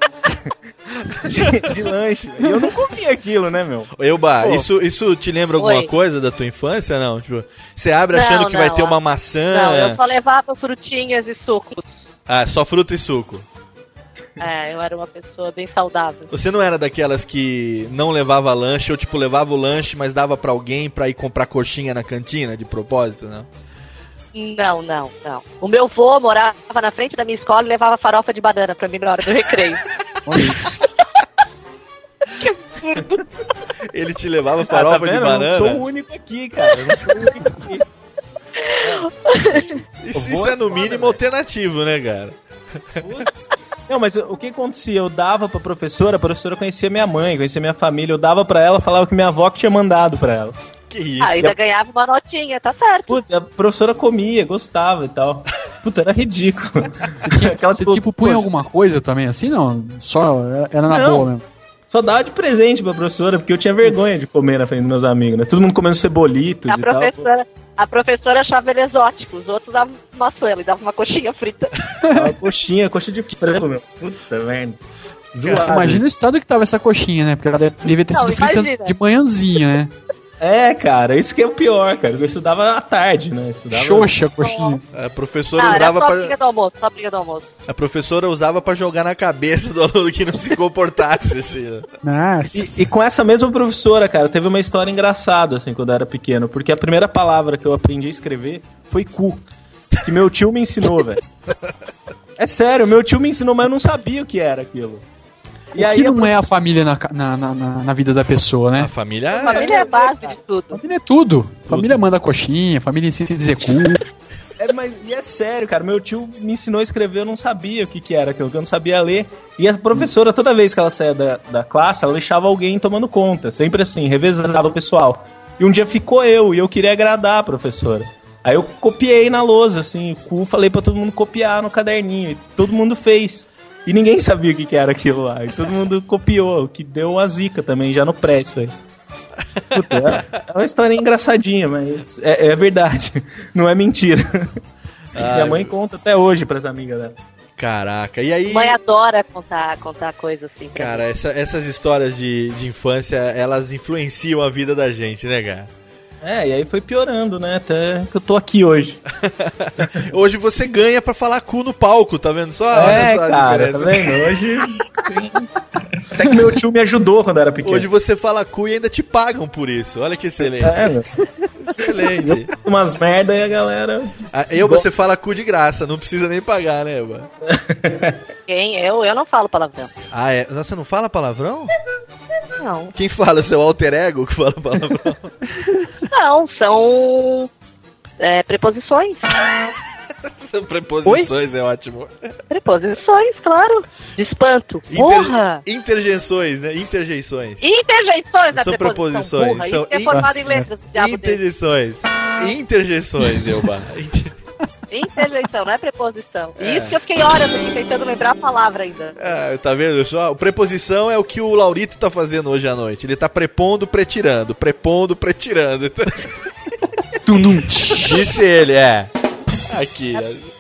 de, de lanche. E eu não comia aquilo, né, meu? Euba, isso, isso te lembra alguma Oi. coisa da tua infância, não? Tipo, você abre achando não, que não, vai ter uma maçã... Não, eu só levava frutinhas e sucos. Ah, só fruta e suco. É, eu era uma pessoa bem saudável. Você não era daquelas que não levava lanche, ou tipo, levava o lanche, mas dava pra alguém pra ir comprar coxinha na cantina, de propósito, não? Não, não, não. O meu vô morava na frente da minha escola e levava farofa de banana pra mim na hora do recreio. Olha isso. Que absurdo. Ele te levava farofa ah, tá de banana? Eu não sou o único aqui, cara. Eu não sou o único aqui. Isso, isso é no mínimo foda, alternativo, né, cara? Putz. Não, mas o que acontecia? Eu dava pra professora, a professora conhecia minha mãe, conhecia minha família, eu dava pra ela, falava que minha avó que tinha mandado pra ela. Que isso? Ah, ainda ganhava uma notinha, tá certo. Putz, a professora comia, gostava e tal. Puta, era ridículo. Você, tinha, Aquela você tipo, punha alguma coisa também assim, não? Só era na não, boa mesmo? Só dava de presente pra professora, porque eu tinha vergonha de comer na frente dos meus amigos, né? Todo mundo comendo cebolitos a e professora, tal. A professora achava ele exótico, os outros davam maçã, ele dava uma coxinha frita. Uma coxinha, coxa de frango, meu. Puta merda. Zoado. Imagina o estado que tava essa coxinha, né? Porque ela devia ter não, sido frita de manhãzinha, né? É, cara, isso que é o pior, cara. Eu estudava à tarde, né? Estudava... Xoxa, coxinha. A professora não, usava era só pra... briga do almoço, só briga do almoço. A professora usava pra jogar na cabeça do aluno que não se comportasse, assim. Nossa. E, e com essa mesma professora, cara, teve uma história engraçada, assim, quando eu era pequeno. Porque a primeira palavra que eu aprendi a escrever foi cu. Que meu tio me ensinou, velho. É sério, meu tio me ensinou, mas eu não sabia o que era aquilo. E o aí que não a... é a família na, na, na, na vida da pessoa, né? A família, a família é a base de tudo. A família é tudo. tudo. A família manda coxinha, a família ensina a dizer cu. É, mas, e é sério, cara. Meu tio me ensinou a escrever, eu não sabia o que, que era aquilo, que eu não sabia ler. E a professora, toda vez que ela saía da, da classe, ela deixava alguém tomando conta. Sempre assim, revezava o pessoal. E um dia ficou eu, e eu queria agradar a professora. Aí eu copiei na lousa, assim, o cu, falei pra todo mundo copiar no caderninho. E todo mundo fez. E ninguém sabia o que, que era aquilo lá. E todo mundo copiou, o que deu uma zica também, já no pré, isso aí. Puta, é uma história engraçadinha, mas é, é verdade. Não é mentira. Ai, minha mãe conta até hoje pras amigas dela. Caraca, e aí... Mãe adora contar, contar coisas assim. Cara, essa, essas histórias de, de infância, elas influenciam a vida da gente, né, cara? É, e aí foi piorando, né? Até que eu tô aqui hoje. Hoje você ganha pra falar cu no palco, tá vendo só? É, cara, tá vendo? Hoje... Até que meu tio me ajudou quando eu era pequeno. Hoje você fala cu e ainda te pagam por isso. Olha que excelente. É, meu. Excelente. Eu faço umas merda e a galera... Ah, eu, você fala cu de graça, não precisa nem pagar, né, Eba? Quem? Eu? Eu não falo palavrão. Ah, é? Você não fala palavrão? Não. Quem fala? O seu alter ego que fala palavrão? Não, são é, preposições. São preposições, Oi? É ótimo. Preposições, claro. De espanto. Porra! Inter, interjeições, né? Interjeições. Interjeições da são preposições. Porra, são isso é formado in... em letras. Interjeições. Interjeições, Elba. Inter... Interjeição, não é preposição. É. Isso que eu fiquei horas aqui tentando lembrar a palavra ainda. É, tá vendo só? O preposição é o que o Laurito tá fazendo hoje à noite. Ele tá prepondo, pretirando. Prepondo, pretirando. Disse ele, é. Aqui.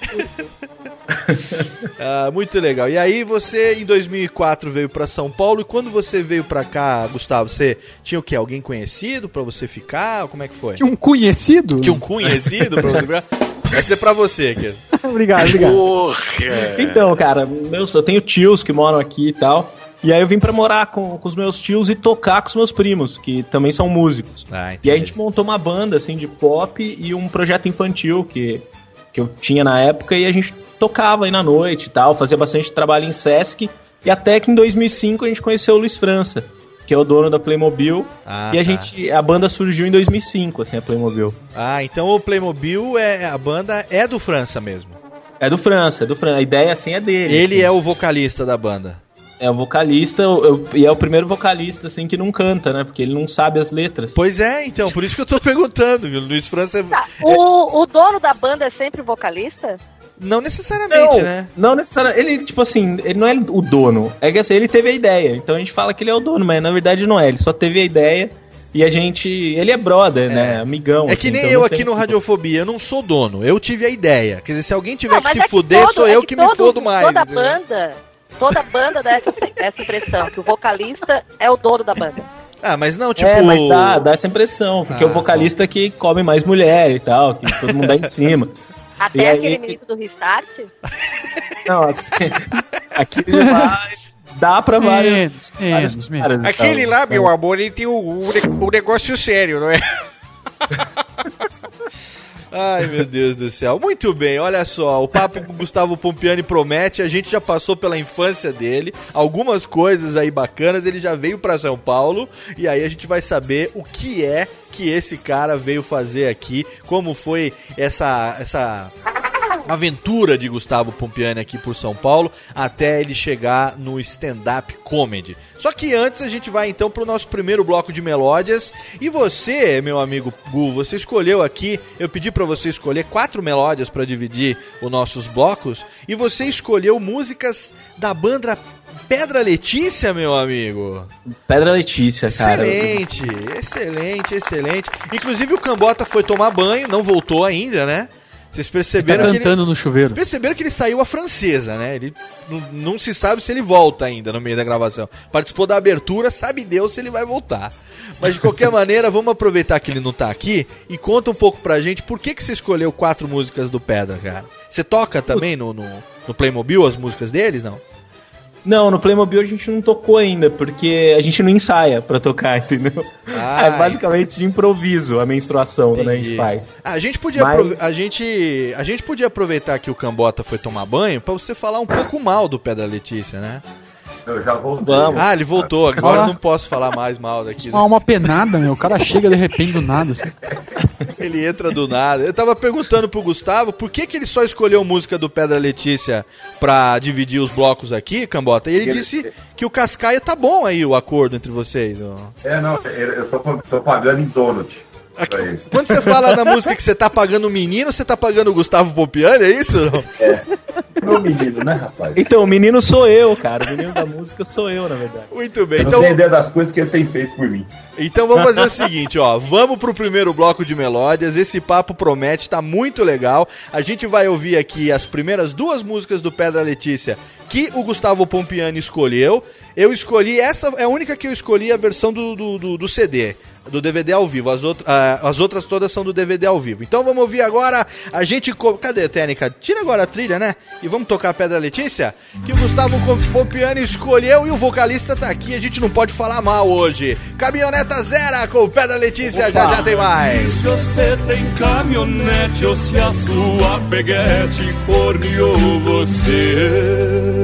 Ah, muito legal. E aí você, em dois mil e quatro, veio pra São Paulo. E quando você veio pra cá, Gustavo, você tinha o quê? Alguém conhecido pra você ficar? Como é que foi? Tinha um conhecido? Tinha um conhecido pra você ficar? Vai ser pra você, aqui. Obrigado, obrigado. Porra. Então, cara, meus, eu tenho tios que moram aqui e tal. E aí eu vim pra morar com, com os meus tios e tocar com os meus primos, que também são músicos. Ah, e aí a gente montou uma banda, assim, de pop e um projeto infantil que, que eu tinha na época. E a gente tocava aí na noite e tal, fazia bastante trabalho em Sesc. E até que em dois mil e cinco a gente conheceu o Luiz França, que é o dono da Playmobil. Ah, e a tá. gente, a banda surgiu em dois mil e cinco, assim, a Playmobil. Ah, então o Playmobil, é, a banda é do França mesmo? É do França, é do França. A ideia, assim, é dele. Ele assim. é o vocalista da banda? É o vocalista, eu, eu, e é o primeiro vocalista, assim, que não canta, né? Porque ele não sabe as letras. Pois é, então, por isso que eu tô perguntando. O Luiz França é... Tá, o, o dono da banda é sempre vocalista? Não necessariamente, não, né? Não necessariamente. Ele, tipo assim, ele não é o dono. É que assim, ele teve a ideia. Então a gente fala que ele é o dono, mas na verdade não é. Ele só teve a ideia e a gente... Ele é brother, é. né? Amigão. É assim, que nem então eu tem... aqui no Radiofobia. Eu não sou dono. Eu tive a ideia. Quer dizer, se alguém tiver não, que se é fuder, que todo, sou é eu que que todo, me fodo mais. Toda entendeu? banda... Toda banda dá essa, essa impressão, que o vocalista é o dono da banda. Ah, mas não, tipo... É, mas dá, dá essa impressão, porque ah, o vocalista bom. que come mais mulher e tal, que todo mundo dá em cima. Até e aquele aí... menino do Restart? Não, aquele lá dá pra vários... Menos, menos, menos. Aquele lá, meu amor, ele tem um, um negócio sério, não é? Ai, meu Deus do céu. Muito bem, olha só, o papo com o Gustavo Pompiani promete, a gente já passou pela infância dele, algumas coisas aí bacanas, ele já veio pra São Paulo, e aí a gente vai saber o que é que esse cara veio fazer aqui, como foi essa... essa... aventura de Gustavo Pompiani aqui por São Paulo, até ele chegar no stand-up comedy. Só que antes a gente vai então pro nosso primeiro bloco de melódias. E você, meu amigo Gu, você escolheu aqui, eu pedi pra você escolher quatro melódias pra dividir os nossos blocos, e você escolheu músicas da banda Pedra Letícia, meu amigo. Pedra Letícia, cara. Excelente, excelente, excelente. Inclusive o Cambota foi tomar banho, não voltou ainda, né? Vocês perceberam tá que cantando ele, no chuveiro. Perceberam que ele saiu à francesa, né? Ele não, não se sabe se ele volta ainda no meio da gravação. Participou da abertura, sabe Deus se ele vai voltar. Mas de qualquer maneira, vamos aproveitar que ele não tá aqui e conta um pouco pra gente por que, que você escolheu quatro músicas do Pedra, cara. Você toca também no, no, no Playmobil as músicas deles, não? Não, no Playmobil a gente não tocou ainda, porque a gente não ensaia pra tocar, entendeu? Ah, é basicamente de improviso a menstruação, né, a gente faz. Ah, a gente podia Mas... aprove- a gente a gente podia aproveitar que o Cambota foi tomar banho pra você falar um pouco mal do pé da Letícia, né? Eu já voltei. Vamos. Ah, ele voltou. Agora eu não posso falar mais mal daqui. Uma alma penada, meu. O cara chega de repente do nada, assim. Ele entra do nada. Eu tava perguntando pro Gustavo por que, que ele só escolheu música do Pedra Letícia pra dividir os blocos aqui, Cambota. E ele, ele disse que o Cascaia tá bom aí, o acordo entre vocês. Ó. É, não, eu tô, tô pagando em donut. Aqui, quando você fala na música que você tá pagando o menino, você tá pagando o Gustavo Pompiani, é isso? Não? É. Meu menino, né, rapaz? Então, o menino sou eu, cara. O menino da música sou eu, na verdade. Muito bem. Eu então... tenho ideia das coisas que ele tem feito por mim. Então vamos fazer o seguinte, ó. Vamos pro primeiro bloco de melódias. Esse papo promete, tá muito legal. A gente vai ouvir aqui as primeiras duas músicas do Pedra Letícia que o Gustavo Pompiani escolheu. Eu escolhi, essa é a única que eu escolhi, a versão do, do, do, do C D, do D V D ao vivo. As, out, uh, as outras todas são do D V D ao vivo. Então vamos ouvir agora, a gente... Cadê a técnica? Tira agora a trilha, né? E vamos tocar a Pedra Letícia, que o Gustavo Pompiani escolheu e o vocalista tá aqui. A gente não pode falar mal hoje. Caminhoneta Zero com Pedra Letícia. Opa. Já já tem mais. Se você tem caminhonete ou se a sua peguete corneou você.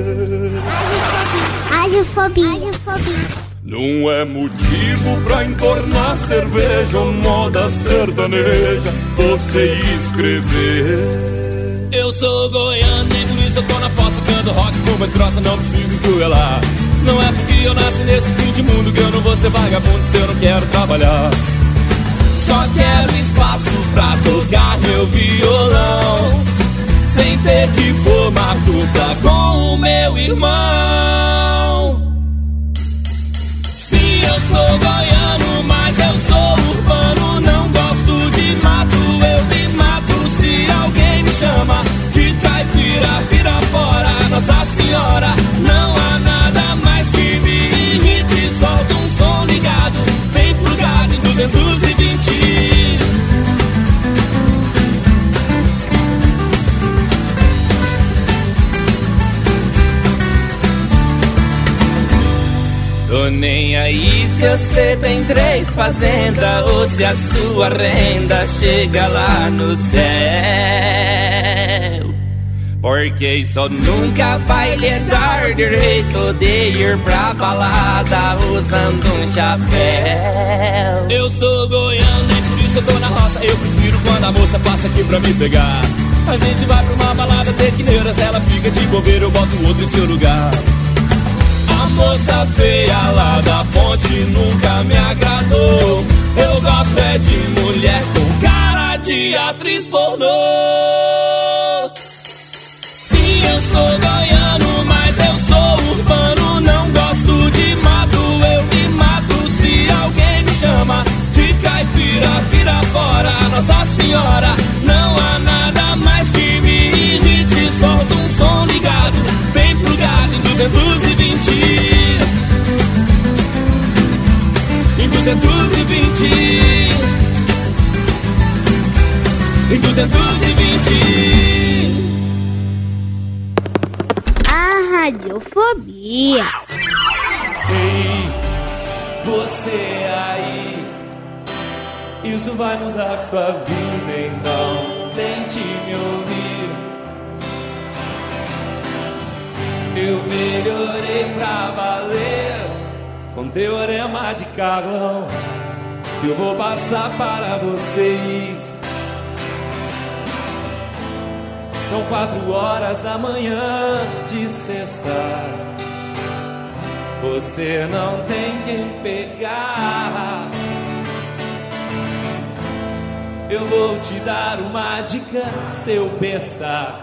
Radiofobia. Radiofobia. Não é motivo pra entornar cerveja ou moda sertaneja você escrever. Eu sou goiano, nem por isso eu tô na fossa, canto rock com voz grossa, não preciso esgoelar. Não é porque eu nasci nesse fim de mundo que eu não vou ser vagabundo se eu não quero trabalhar. Só quero espaço pra tocar meu violão. meu irmão. Sim, eu sou goiano, mas eu sou urbano. Não gosto de mato, eu me mato se alguém me chama de caipira, vira fora, Nossa Senhora. Não há nada mais que me irrite, solta um som ligado, bem plugado em duzentos e vinte. Tô nem aí se você tem três fazendas ou se a sua renda chega lá no céu, porque isso nunca vai lhe dar direito de ir pra balada usando um chapéu. Eu sou goiano e por isso eu tô na roça. Eu prefiro quando a moça passa aqui pra me pegar. A gente vai pra uma balada tequineiras, ela fica de bobeira, eu boto o outro em seu lugar. A moça feia lá da ponte nunca me agradou. Eu gosto é de mulher com cara de atriz pornô. Sim, eu sou goiano, mas eu sou urbano. Não gosto de mato, eu me mato se alguém me chama de caipira, vira fora, Nossa Senhora. Não há nada mais que me irrite, solta um som ligado, bem plugado em duzentos e vinte. Em duzentos e vinte. Em duzentos e vinte. A radiofobia. Ei, você aí, isso vai mudar sua vida, então tente me ouvir. Eu melhorei pra valer com teorema de Carlão, que eu vou passar para vocês. São quatro horas da manhã de sexta. Você não tem quem pegar. Eu vou te dar uma dica, seu besta.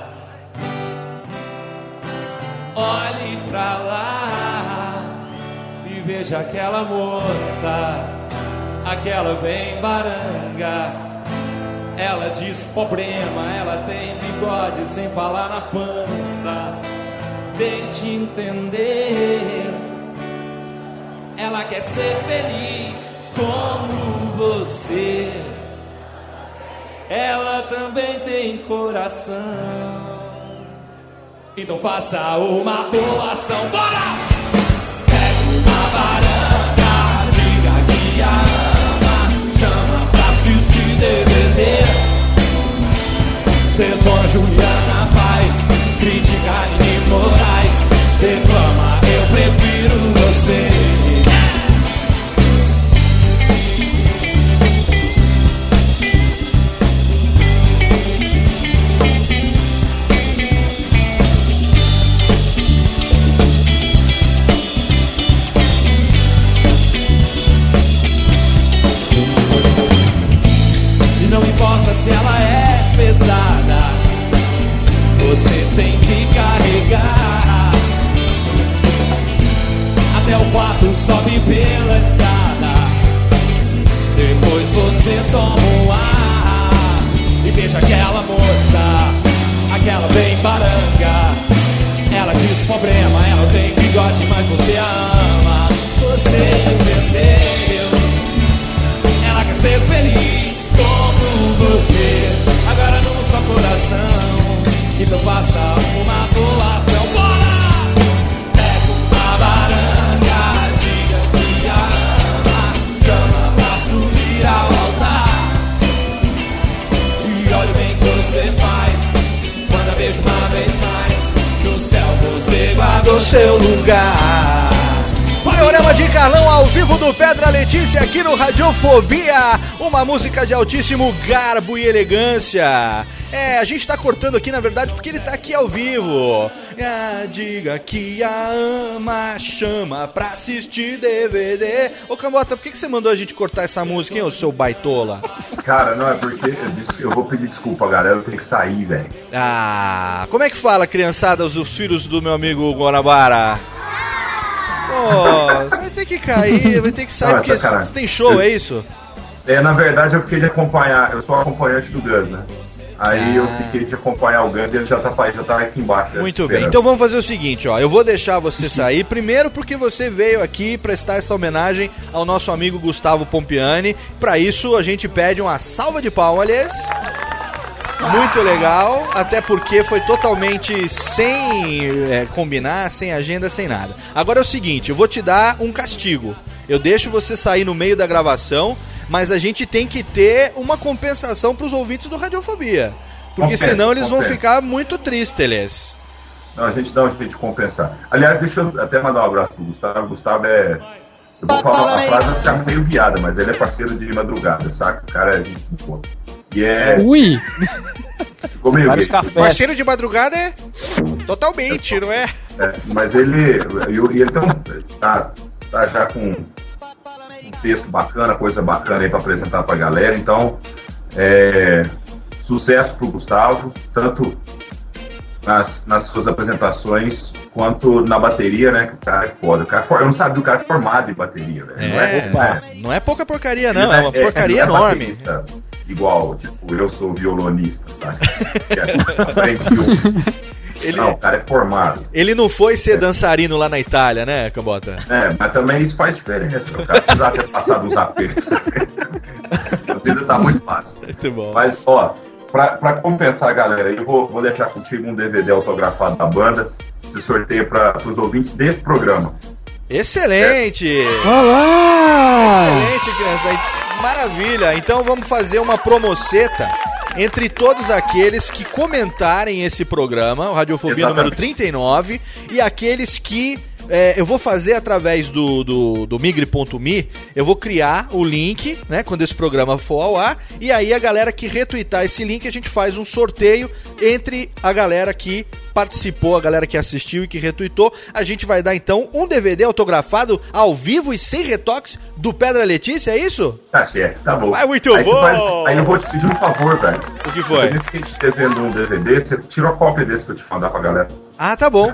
Olhe pra lá e veja aquela moça, aquela bem baranga. Ela diz problema, ela tem bigode sem falar na pança. Tente entender, ela quer ser feliz como você. Ela também tem coração. Então faça uma doação, bora! Pega uma varanda, diga que a ama, chama pra assistir D V D. Detona Juliana Paz, critica Aline Moraes, reclama, eu prefiro você. Se ela é pesada, você tem que carregar até o quarto, sobe pela escada. Depois você toma um ar e beija aquela moça, aquela bem baranga. Ela diz problema, ela tem bigode, mas você a ama. Você entendeu? Ela quer ser feliz como você, agora no seu coração. Então faça uma doação, bora! Pega uma baranga, diga que a ama, chama pra subir ao altar. E olha bem o que você faz, manda beijo uma vez mais. No céu você guardou seu lugar. Teorema de Carlão ao vivo do Pedra Letícia aqui no Radiofobia. Uma música de altíssimo garbo e elegância. É, a gente tá cortando aqui, na verdade, porque ele tá aqui ao vivo. Ah, diga que a ama, chama pra assistir D V D. Ô, Cambota, por que, que você mandou a gente cortar essa música, hein, ô seu baitola? Cara, não, é porque eu, disse, eu vou pedir desculpa, galera, eu tenho que sair, velho. Ah, como é que fala, criançada, os filhos do meu amigo Guanabara? Pô, você vai ter que cair, vai ter que sair, não, porque você tem show, é isso? É, na verdade eu fiquei de acompanhar, eu sou acompanhante do Gus, né? Aí ah. eu fiquei de acompanhar o Gus e ele já tá, já tá aqui embaixo. Muito bem, então vamos fazer o seguinte, ó. Eu vou deixar você sair, primeiro porque você veio aqui prestar essa homenagem ao nosso amigo Gustavo Pompiani. Pra isso a gente pede uma salva de palmas. Muito legal, até porque foi totalmente sem é, combinar, sem agenda, sem nada. Agora é o seguinte, eu vou te dar um castigo. Eu deixo você sair no meio da gravação, mas a gente tem que ter uma compensação pros ouvintes do Radiofobia. Porque compensa, senão eles compensa. vão ficar muito tristes. Não, a gente dá um jeito de compensar. Aliás, deixa eu até mandar um abraço pro Gustavo. O Gustavo é... Eu vou falar uma frase, vai ficar meio viada, mas ele é parceiro de madrugada, saca? O cara é gente boa. E é... Ui! Ficou meio gay. Parceiro de madrugada é... Totalmente, é, não é? É, mas ele... E ele tá, tá, tá já com... um texto bacana, coisa bacana aí pra apresentar pra galera, então é, sucesso pro Gustavo, tanto nas, nas suas apresentações quanto na bateria, né, que o cara é foda, o cara, eu não sabia, o cara é formado em bateria, velho. É, não, é, opa, não é pouca porcaria não, é, é uma porcaria é, é, enorme. Igual, tipo, eu sou violonista, sabe? Aprendi um... Ele, não, o cara é formado. Ele não foi ser é. dançarino lá na Itália, né, Cambota? É, mas também isso faz diferença. O cara precisava ter passado uns apertos. A vida tá muito fácil. Muito bom. Mas, ó, pra, pra compensar a galera, eu vou, vou deixar contigo um D V D autografado da banda. Você sorteia para os ouvintes desse programa. Excelente! É. Olá! Excelente, criança. Maravilha. Então vamos fazer uma promoceta entre todos aqueles que comentarem esse programa, o Radiofobia Exatamente. número trinta e nove, e aqueles que é, eu vou fazer através do, do, do migre ponto me, eu vou criar o link, né, quando esse programa for ao ar, e aí a galera que retweetar esse link, a gente faz um sorteio entre a galera que participou, a galera que assistiu e que retweetou. A gente vai dar então um D V D autografado ao vivo e sem retoques do Pedra Letícia, é isso? Tá certo, tá bom. É muito aí bom! Vai, aí eu vou te pedir um favor, velho. O que foi? Eu fiquei te devendo um D V D, você tira a cópia desse pra eu te mandar pra galera. Ah, tá bom.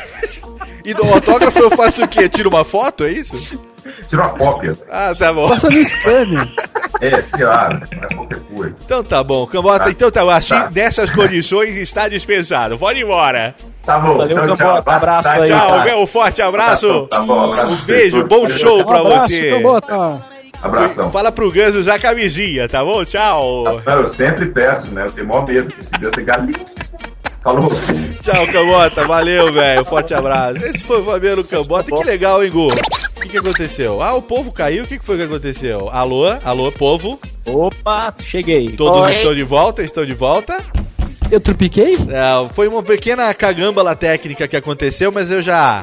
E do autógrafo eu faço o quê? Tiro uma foto, é isso? Tira uma cópia. Ah, tá bom. Passa no scanner. É, sei lá, não é qualquer coisa. Então tá bom, Cambota, ah, então tá, assim, tá. Nessas condições está dispensado. Pode ir embora. Tá bom, valeu, então, Cambota, tchau, abraço tá, aí. Tchau, tá. meu forte abraço. Tá bom, abraço um beijo, todos. bom show pra um abraço, você. Cambota. Abração. Fala pro Gus usar camisinha, tá bom? Tchau. Não, eu sempre peço, né? Eu tenho maior medo, porque se Deus é galinha. Falou. Tchau, Cambota. Valeu, velho. Forte abraço. Esse foi o Fabiano Cambota. Que legal, hein, Gu? O que, que aconteceu? Ah, o povo caiu. O que, que foi que aconteceu? Alô? Alô, povo? Opa, cheguei. Todos Oi. estão de volta? Estão de volta? Eu trupiquei? É, foi uma pequena cagâmbala técnica que aconteceu, mas eu já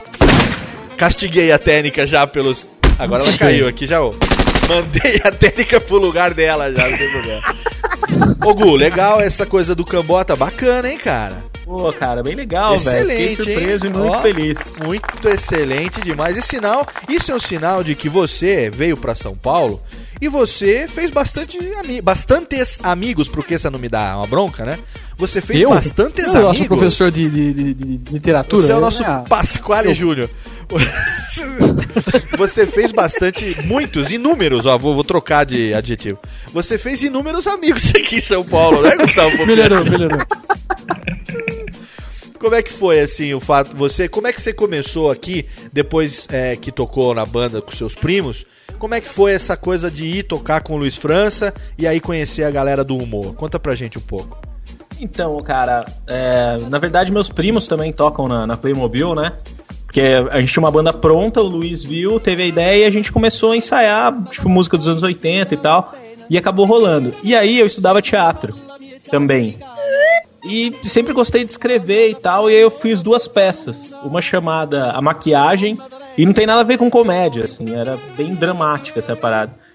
castiguei a técnica já pelos... Agora ela caiu aqui, já. Ó. Mandei a técnica pro lugar dela já, não tem problema. Ô, Gu, legal essa coisa do Cambota. Bacana, hein, cara? Pô, cara, bem legal, velho. Excelente, Fiquei surpreso hein? e muito Ó, feliz. Muito excelente demais. E sinal, isso é um sinal de que você veio pra São Paulo e você fez bastante ami bastantes amigos, porque essa não me dá uma bronca, né? Você fez eu? bastantes eu amigos. Eu acho professor de, de, de, de literatura. Você é o nosso é... Pasquale Júnior. Você fez bastante, muitos, inúmeros, ó, vou, vou trocar de adjetivo. Você fez inúmeros amigos aqui em São Paulo, né, Gustavo? Melhorou, melhorou. Como é que foi, assim, o fato, você, como é que você começou aqui, depois é, que tocou na banda com seus primos, como é que foi essa coisa de ir tocar com o Luiz França e aí conhecer a galera do humor? Conta pra gente um pouco. Então, cara, é, na verdade meus primos também tocam na, na Playmobil, né? Porque a gente tinha uma banda pronta, o Luiz viu, teve a ideia e a gente começou a ensaiar, tipo, música dos anos oitenta e tal, e acabou rolando. E aí eu estudava teatro também. E sempre gostei de escrever e tal, e aí eu fiz duas peças. Uma chamada A Maquiagem, e não tem nada a ver com comédia, assim, era bem dramática essa parada.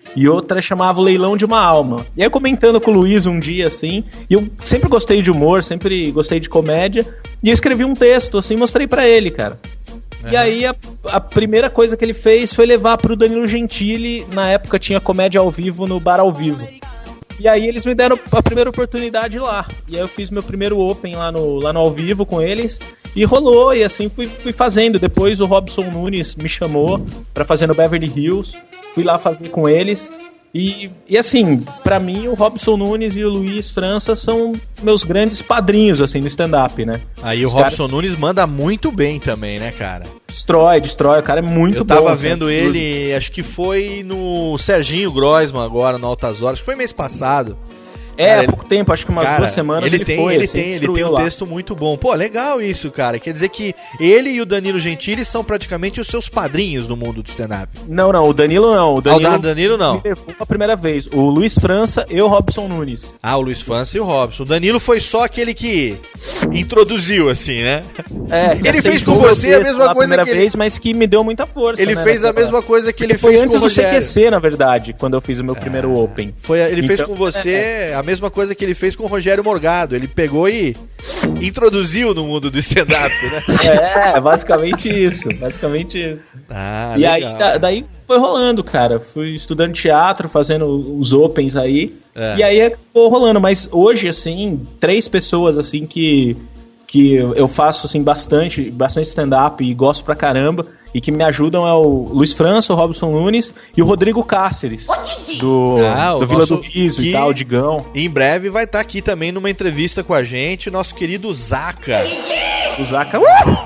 e outra chamava O Leilão de uma Alma. E aí, comentando com o Luiz um dia, assim, e eu sempre gostei de humor, sempre gostei de comédia, e eu escrevi um texto, assim, mostrei pra ele, cara. Uhum. E aí, a, a primeira coisa que ele fez foi levar pro Danilo Gentili, na época tinha comédia ao vivo no Bar ao Vivo. E aí eles me deram a primeira oportunidade lá. E aí eu fiz meu primeiro open lá no, lá no ao vivo com eles. E rolou, e assim fui, fui fazendo. Depois o Robson Nunes me chamou pra fazer no Beverly Hills. Fui lá fazer com eles. E, e assim, pra mim o Robson Nunes e o Luiz França são meus grandes padrinhos, assim, no stand-up, né? Aí Os o Robson cara... Nunes manda muito bem também, né, cara? Destrói, destrói, o cara é muito Eu bom. Eu tava vendo assim, ele, tudo. Acho que foi no Serginho Grossman agora, no Altas Horas, que foi mês passado. É, cara, há pouco tempo, acho que umas cara, duas semanas ele, ele tem, foi, ele assim, tem, ele tem um lá. texto muito bom. Pô, legal isso, cara. Quer dizer que ele e o Danilo Gentili são praticamente os seus padrinhos no mundo do stand-up. Não, não, o Danilo não. O Danilo, ah, o Danilo não. Me levou a primeira vez. O Luiz França e o Robson Nunes. Ah, o Luiz França e o Robson. O Danilo foi só aquele que introduziu, assim, né? É, ele fez com você a mesma coisa primeira que ele... vez, mas que me deu muita força. Ele né, fez a mesma coisa que ele foi fez antes com o do C Rogério. Q C, na verdade, quando eu fiz o meu primeiro Open. Foi, ele então, fez com você é, a mesma coisa que ele fez com o Rogério Morgado. Ele pegou e introduziu no mundo do stand-up, né? É, basicamente isso. Basicamente isso. Ah, e legal. aí, da, daí foi rolando, cara. Fui estudando teatro, fazendo os Opens aí. É. E aí acabou rolando. Mas hoje, assim, três pessoas, assim, que... que eu faço, assim, bastante, bastante stand-up e gosto pra caramba, e que me ajudam é o Luiz França, o Robson Nunes e o Rodrigo Cáceres, do, ah, do Vila do Riso e tal, o Digão. Em breve vai estar aqui também numa entrevista com a gente, o nosso querido Zaca. O Zaca...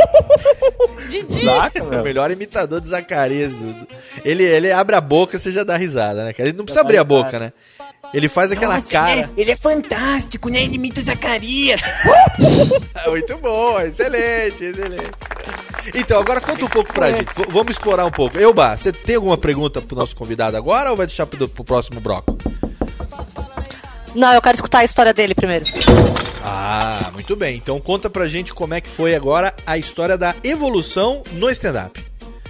Didi! Zaca, o melhor imitador de Zacarias. Ele, ele abre a boca, você já dá risada, né, cara? Ele não precisa abrir a boca, né? Ele faz aquela Nossa, cara. Ele é, ele é fantástico, né? Ele imita o Zacarias. Muito bom, excelente, excelente. Então, agora conta um pouco pra gente. V- vamos explorar um pouco. Elba, você tem alguma pergunta pro nosso convidado agora ou vai deixar pro, pro próximo bloco? Não, eu quero escutar a história dele primeiro. Ah, muito bem. Então conta pra gente como é que foi agora a história da evolução no stand-up.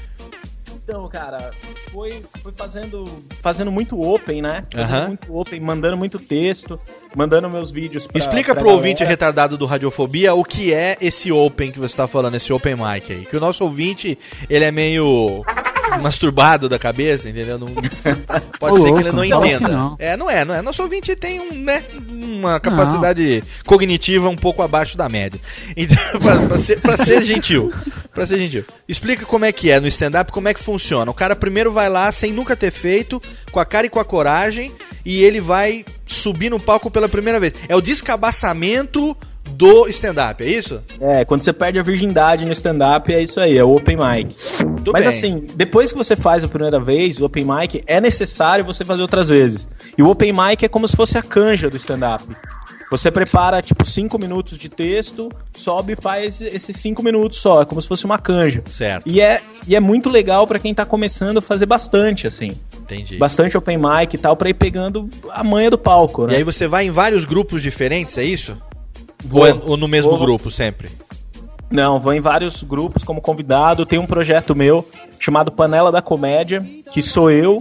Então, cara, foi, foi fazendo, fazendo muito open, né? Fazendo Uhum. muito open, mandando muito texto, mandando meus vídeos pra Explica pra pro galera. ouvinte retardado do Radiofobia o que é esse open que você tá falando, esse open mic aí. Que o nosso ouvinte, ele é meio masturbado da cabeça, entendeu? Não, pode Ô, ser louco, que ele não não entenda. assim não. É, não é, não é. Nosso ouvinte tem um, né, uma capacidade não. cognitiva um pouco abaixo da média. Então, pra, pra, ser, pra ser gentil. Pra ser gentil. Explica como é que é no stand-up, como é que funciona. O cara primeiro vai lá sem nunca ter feito, com a cara e com a coragem, e ele vai subir no palco pela primeira vez. É o descabaçamento do stand-up, é isso? É, quando você perde a virgindade no stand-up, é isso aí, é o open mic. Muito Mas bem. assim, depois que você faz a primeira vez, o open mic, é necessário você fazer outras vezes. E o open mic é como se fosse a canja do stand-up. Você prepara, tipo, cinco minutos de texto, sobe e faz esses cinco minutos só. É como se fosse uma canja. Certo. E é, e é muito legal pra quem tá começando a fazer bastante, assim. Entendi. Bastante open mic e tal, pra ir pegando a manha do palco, né? E aí você vai em vários grupos diferentes, é isso? Vou, ou, é, ou no mesmo vou, grupo, sempre? Não, vou em vários grupos como convidado. Tem um projeto meu chamado Panela da Comédia, que sou eu,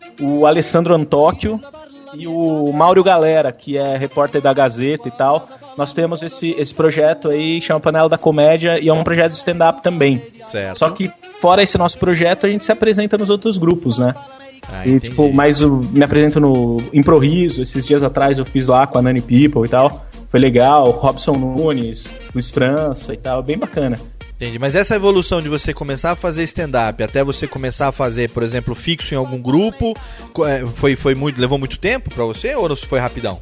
o Alessandro Antóquio e o Mauro Galera, que é repórter da Gazeta e tal. Nós temos esse, esse projeto aí, chama Panela da Comédia, e é um projeto de stand-up também. Certo. Só que fora esse nosso projeto, a gente se apresenta nos outros grupos, né? Ah, e, tipo, mas eu me apresento no Improviso. Esses dias atrás eu fiz lá com a Nani People e tal. Foi legal, Robson Nunes, Luiz França e tal, bem bacana. Entendi, mas essa evolução de você começar a fazer stand-up até você começar a fazer, por exemplo, fixo em algum grupo, foi, foi muito, levou muito tempo pra você ou foi rapidão?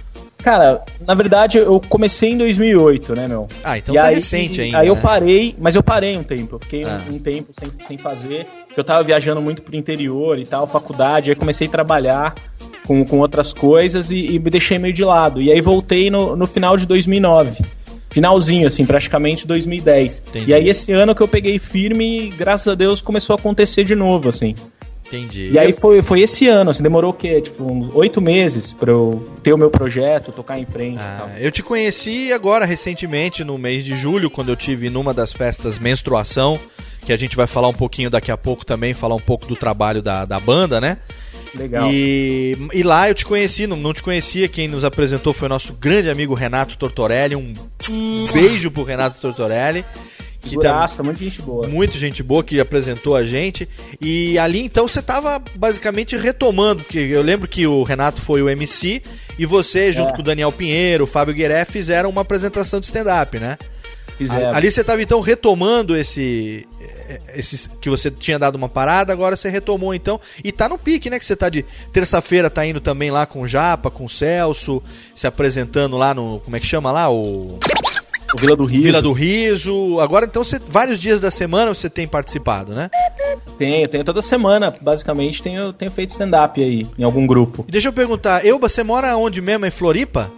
Cara, na verdade eu comecei em dois mil e oito, né, meu? Ah, então e tá aí, recente ainda, Aí né? eu parei, mas eu parei um tempo, eu fiquei ah. um, um tempo sem, sem fazer, porque eu tava viajando muito pro interior e tal, faculdade, aí comecei a trabalhar com, com outras coisas e, e me deixei meio de lado. E aí voltei no, no final de dois mil e nove. Finalzinho, assim, praticamente dois mil e dez. Entendi. E aí esse ano que eu peguei firme e, graças a Deus, começou a acontecer de novo, assim. Entendi. E aí foi, foi esse ano, assim, demorou o quê? Tipo, uns oito meses pra eu ter o meu projeto, tocar em frente ah, e tal. Eu te conheci agora, recentemente, no mês de julho, quando eu tive numa das festas Menstruação, que a gente vai falar um pouquinho daqui a pouco também, falar um pouco do trabalho da, da banda, né? Legal. E, e lá eu te conheci, não, não te conhecia, quem nos apresentou foi o nosso grande amigo Renato Tortorelli, um beijo pro Renato Tortorelli. Que Graça, tá, muita gente boa. Muita gente boa que apresentou a gente. E ali então você tava basicamente retomando, porque eu lembro que o Renato foi o M C e você, junto é. com o Daniel Pinheiro, o Fábio Gueré, fizeram uma apresentação de stand-up, né? Fizeram. Ali você tava então retomando esse, esse que você tinha dado uma parada, agora você retomou então. E tá no pique, né? Que você tá de terça-feira, tá indo também lá com o Japa, com o Celso, se apresentando lá no, como é que chama lá? O... O Vila do Riso. Vila do Riso. Agora, então, você, vários dias da semana você tem participado, né? Tenho, tenho toda semana. Basicamente, tenho, tenho feito stand-up aí, em algum grupo. E deixa eu perguntar, Elba, você mora onde mesmo? Em Floripa?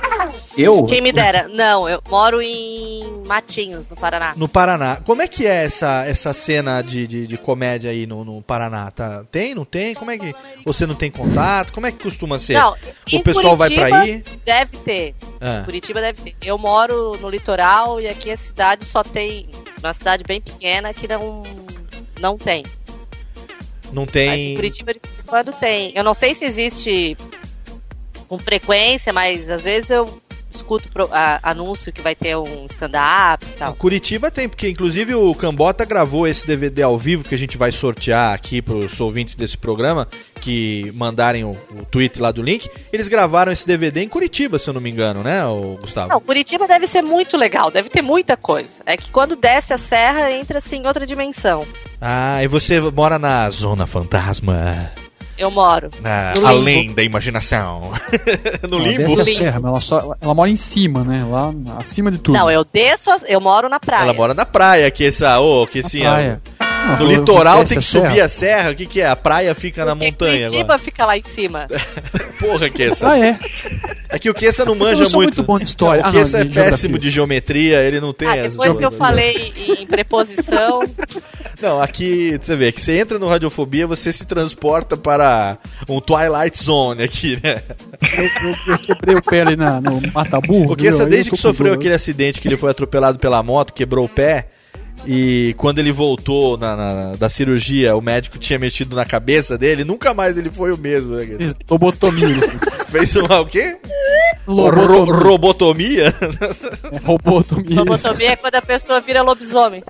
Eu? Quem me dera. Não, eu moro em Matinhos, no Paraná. No Paraná. Como é que é essa, essa cena de, de, de comédia aí no, no Paraná? Tá, tem, não tem? Como é que... Você não tem contato? Como é que costuma ser? Não, o pessoal vai pra aí? Deve ter. Ah. Curitiba deve ter. Eu moro no litoral e aqui a cidade só tem... Uma cidade bem pequena que não, não tem. Não tem... Mas em Curitiba de quando tem. Eu não sei se existe com frequência, mas às vezes eu escuto pro, a, anúncio que vai ter um stand-up e tal. Curitiba tem, porque inclusive o Cambota gravou esse D V D ao vivo que a gente vai sortear aqui pros ouvintes desse programa, que mandarem o, o tweet lá do link. Eles gravaram esse D V D em Curitiba, se eu não me engano, né, o Gustavo? Não, Curitiba deve ser muito legal, deve ter muita coisa. É que quando desce a serra, entra assim em outra dimensão. Ah, e você mora na Zona Fantasma? Eu moro. Ah, além da imaginação. No ela limbo? Desce a serra, mas ela, só, ela mora em cima, né? Lá acima de tudo. Não, eu desço, a, eu moro na praia. Ela mora na praia, que essa, ô, oh, que assim, praia. No não, litoral tem que subir serra. a serra, o que que é? A praia fica Porque na montanha. Curitiba fica lá em cima. Porra, Kessa. Ah, é? É que o Kessa não manja eu sou muito. muito bom de história. Não, o Kessa ah, é péssimo de geometria, ele não tem ah, as depois que eu falei em preposição... Não, aqui, você vê, que você entra no Radiofobia, você se transporta para um Twilight Zone aqui, né? Eu, eu, eu quebrei o pé ali na, no Mataburro. O Kessa, desde que sofreu aquele acidente que ele foi atropelado pela moto, quebrou o pé, e quando ele voltou na, na, da cirurgia, o médico tinha mexido na cabeça dele, nunca mais ele foi o mesmo. Né? Lobotomia. Fez uma o quê? Lobotomia. Ro robotomia? É, robotomia. Robotomia é quando a pessoa vira lobisomem.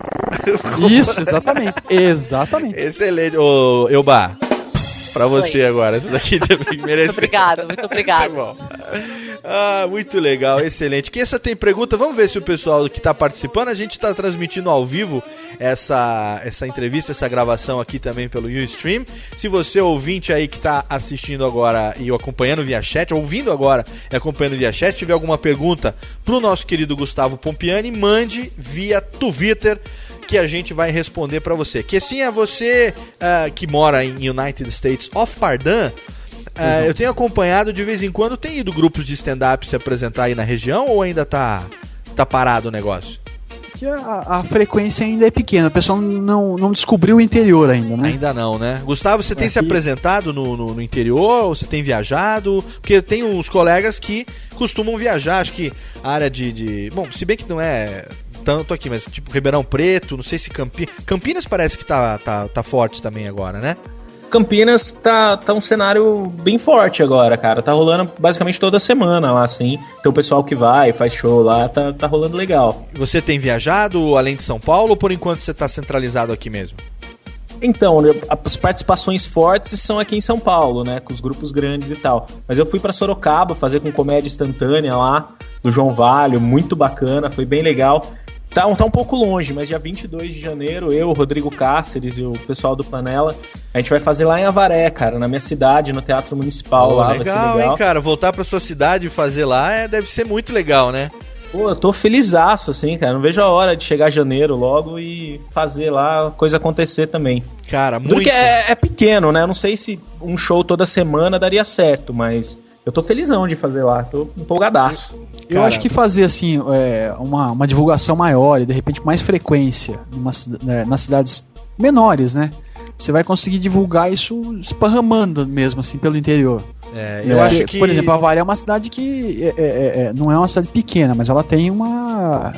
Isso, exatamente. Exatamente. Excelente. Ô, Elba, pra você Oi. agora, isso daqui também merece. Muito obrigado, muito obrigado. Tá bom. Ah, muito legal, excelente. Quem essa tem pergunta? Vamos ver se o pessoal que está participando, a gente está transmitindo ao vivo essa, essa entrevista, essa gravação aqui também pelo Ustream. Se você, ouvinte aí que está assistindo agora e acompanhando via chat, ouvindo agora e acompanhando via chat, tiver alguma pergunta pro nosso querido Gustavo Pompiani, mande via Twitter, que a gente vai responder para você. Que sim, é você uh, que mora em United States of Pardon. Uh, eu tenho acompanhado de vez em quando, tem ido grupos de stand-up se apresentar aí na região ou ainda tá, tá parado o negócio? Que a, a frequência ainda é pequena, o pessoal não, não descobriu o interior ainda, né? Ainda não, né? Gustavo, você tem Aqui... se apresentado no, no, no interior ou você tem viajado? Porque tem uns colegas que costumam viajar, acho que a área de... de... Bom, se bem que não é tanto aqui, mas tipo Ribeirão Preto, não sei se Campinas... Campinas parece que tá, tá, tá forte também agora, né? Campinas tá, tá um cenário bem forte agora, cara. Tá rolando basicamente toda semana lá, assim. Tem o pessoal que vai, faz show lá, tá, tá rolando legal. Você tem viajado além de São Paulo ou por enquanto você tá centralizado aqui mesmo? Então, as participações fortes são aqui em São Paulo, né? Com os grupos grandes e tal. Mas eu fui pra Sorocaba fazer com comédia instantânea lá, do João Valho, muito bacana, foi bem legal. Tá, tá um pouco longe, mas dia vinte e dois de janeiro, eu, o Rodrigo Cáceres e o pessoal do Panela, a gente vai fazer lá em Avaré, cara, na minha cidade, no Teatro Municipal. Oh, lá, legal, vai ser legal, hein, cara? Voltar pra sua cidade e fazer lá é, deve ser muito legal, né? Pô, eu tô felizaço, assim, cara. Não vejo a hora de chegar janeiro logo e fazer lá a coisa acontecer também. Cara, muito... Porque é, é pequeno, né? Eu não sei se um show toda semana daria certo, mas... Eu tô felizão de fazer lá, tô empolgadaço. Eu Cara, acho que fazer assim é, uma, uma divulgação maior e de repente com mais frequência numa, né, nas cidades menores, né? Você vai conseguir divulgar isso esparramando mesmo assim pelo interior. É, eu é, acho que... Por exemplo, a Avaré é uma cidade que é, é, é, não é uma cidade pequena, mas ela tem uma...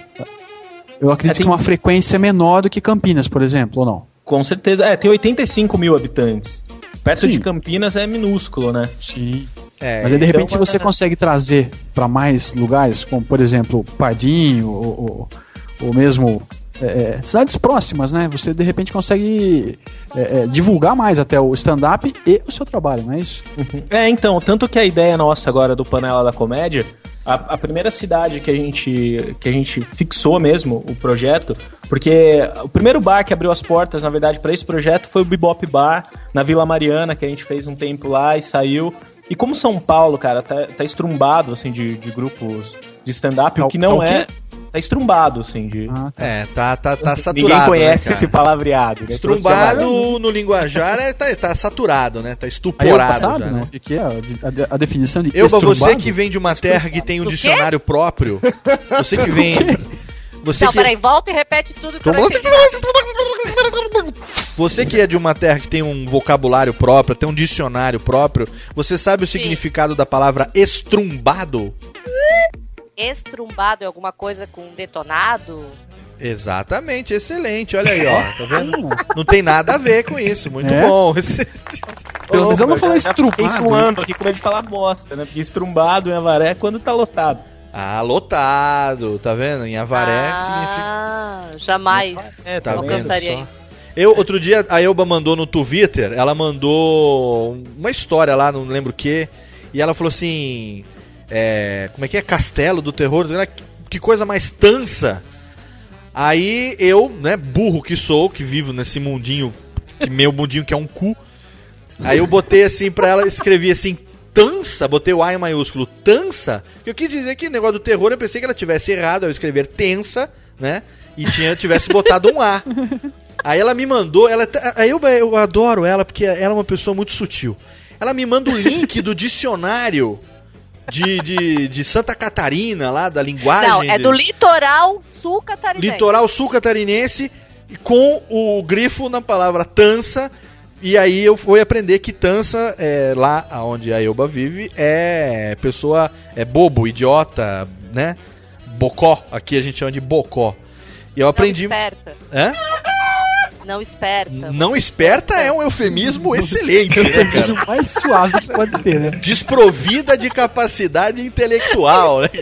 Eu acredito é, tem... que uma frequência menor do que Campinas, por exemplo, ou não? Com certeza. É, tem oitenta e cinco mil habitantes. Perto Sim. de Campinas é minúsculo, né? Sim. É, Mas aí, de então, repente, se você é- consegue consegue trazer para mais lugares, como, por exemplo, Pardinho, ou, ou, ou mesmo é, é, cidades próximas, né? Você, de repente, consegue é, é, divulgar mais até o stand-up e o seu trabalho, não é isso? É, então, tanto que a ideia nossa agora do Panela da Comédia, a, a primeira cidade que a, gente, que a gente fixou mesmo o projeto, porque o primeiro bar que abriu as portas, na verdade, para esse projeto foi o Bebop Bar, na Vila Mariana, que a gente fez um tempo lá e saiu. E como São Paulo, cara, tá, tá estrumbado, assim, de, de grupos de stand-up, o que não Tá o é... quê? Tá estrumbado, assim, de... Ah, tá. É, tá, tá, tá saturado. Ninguém conhece né, esse cara? palavreado. Né? Estrumbado no linguajar é, tá, tá saturado, né? Tá Aí eu estuporado sabe, já, né? né? O que é a, a- a definição de Euba, você estrumbado? que vem de uma terra que tem um Do quê? dicionário próprio, você que vem... Você Não, que, peraí, volta e repete tudo que eu não entendi nada. você que é de uma terra que tem um vocabulário próprio, tem um dicionário próprio, você sabe o Sim. significado da palavra estrumbado? Estrumbado é alguma coisa com detonado? Exatamente, excelente. Olha aí, ó. Tá vendo? Não tem nada a ver com isso. Muito É? bom. Esse- Pelo menos eu não falei Fiquei estrumbado. suando aqui com medo de falar bosta, né? Porque estrumbado em Avaré é quando tá lotado. Ah, lotado. Tá vendo? Em Avaré significa. Ah, jamais É, Tá alcançaria vendo só? isso. Eu, outro dia, a Elba mandou no Twitter, ela mandou uma história lá, não lembro o que, e ela falou assim, é, como é que é? Castelo do Terror, que coisa mais tansa. Aí eu, né, burro que sou, que vivo nesse mundinho, que meu mundinho que é um cu, aí eu botei assim pra ela, escrevi assim, tansa, botei o A em maiúsculo, tansa, que eu quis dizer que o negócio do terror, eu pensei que ela tivesse errado ao escrever tensa, né, e tinha, tivesse botado um A. Aí ela me mandou, ela, aí eu, eu adoro ela porque ela é uma pessoa muito sutil. Ela me manda o link do dicionário de, de, de Santa Catarina, lá da linguagem. Não, é de- do litoral sul catarinense. litoral sul catarinense com o grifo na palavra tansa. E aí eu fui aprender que tansa, é, lá onde a Elba vive, é pessoa, é bobo, idiota, né? Bocó, aqui a gente chama de bocó. E eu aprendi... Não esperta. Hã? Não esperta. Não esperta é um eufemismo excelente, É o né, cara? eufemismo mais suave que pode ter, né? Desprovida de capacidade intelectual, né?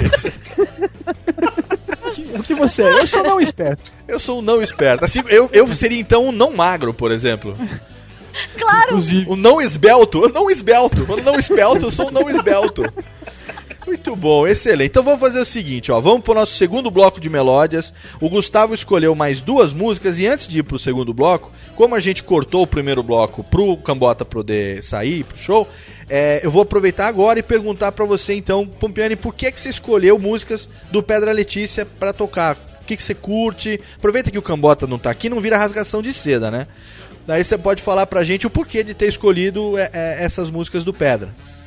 O que você é? Eu sou não esperto. Eu sou um não esperto. Assim, eu, eu seria então um não magro, por exemplo. Claro. Inclusive. O não esbelto. Eu não esbelto. O não esbelto, eu sou um não esbelto. Muito bom, excelente. Então vamos fazer o seguinte, ó. Vamos pro nosso segundo bloco de melódias. O Gustavo escolheu mais duas músicas e antes de ir pro segundo bloco, como a gente cortou o primeiro bloco pro Cambota poder sair pro show, é, eu vou aproveitar agora e perguntar pra você então, Pompiani, por que que você escolheu músicas do Pedra Letícia pra tocar? O que que você curte? Aproveita que o Cambota não tá aqui, não vira rasgação de seda, né? Daí você pode falar pra gente o porquê de ter escolhido é, é, essas músicas do Pedra.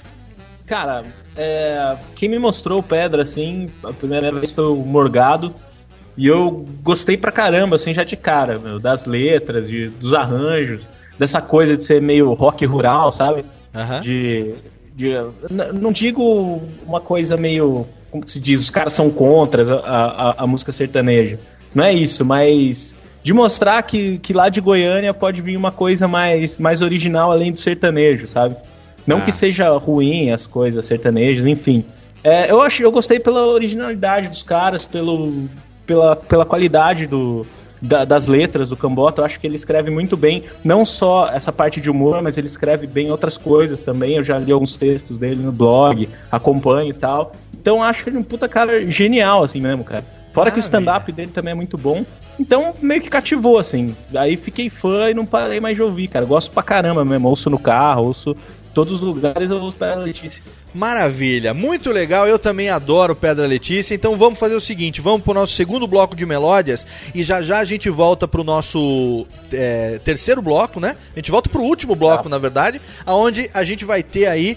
Cara, é, quem me mostrou o Pedra, assim, a primeira vez foi o Morgado. E eu gostei pra caramba, assim, já de cara, meu, das letras, de, dos arranjos, dessa coisa de ser meio rock rural, sabe? Aham. De, de. n- Não digo uma coisa meio. Como que se diz? Os caras são contra a, a, a música sertaneja. Não é isso, mas. De mostrar que, que lá de Goiânia pode vir uma coisa mais, mais original além do sertanejo, sabe? Não Ah. que seja ruim as coisas sertanejas, enfim. É, eu, acho, eu gostei pela originalidade dos caras, pelo, pela, pela qualidade do, da- das letras do Cambota. Eu acho que ele escreve muito bem, não só essa parte de humor, mas ele escreve bem outras coisas também. Eu já li alguns textos dele no blog, acompanho e tal. Então eu acho ele um puta cara genial, assim mesmo, cara. Fora que o stand-up dele também é muito bom. Então, meio que cativou, assim. Aí fiquei fã e não parei mais de ouvir, cara. Gosto pra caramba mesmo. Ouço no carro, ouço todos os lugares, eu ouço Pedra Letícia. Maravilha, muito legal, eu também adoro Pedra Letícia, então vamos fazer o seguinte, vamos pro nosso segundo bloco de melódias e já já a gente volta pro nosso é, terceiro bloco, né? A gente volta pro último bloco, na verdade, aonde a gente vai ter aí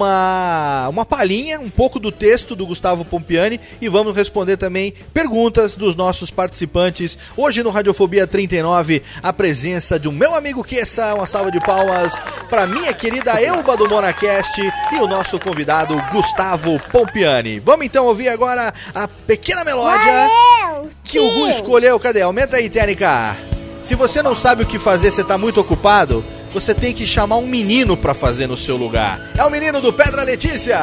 uma, uma palhinha, um pouco do texto do Gustavo Pompiani e vamos responder também perguntas dos nossos participantes. Hoje no Radiofobia trinta e nove, a presença de um meu amigo Kessa, uma salva de palmas pra minha querida Elba do Monacast e o nosso convidado convidado Gustavo Pompiani. Vamos então ouvir agora a pequena melódia Valeu, que o Gu escolheu. Cadê? Aumenta aí, técnica. Se você não sabe o que fazer, você tá muito ocupado, você tem que chamar um menino pra fazer no seu lugar. É o menino do Pedra Letícia.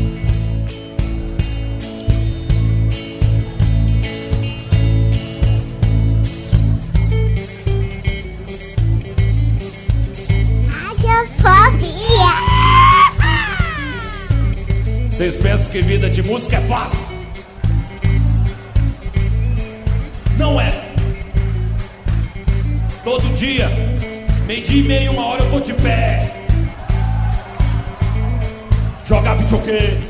Radiofobia. Vocês pensam que vida de música é fácil? Não é. Todo dia, meio-dia e meia, uma hora eu tô de pé. Jogar videogame.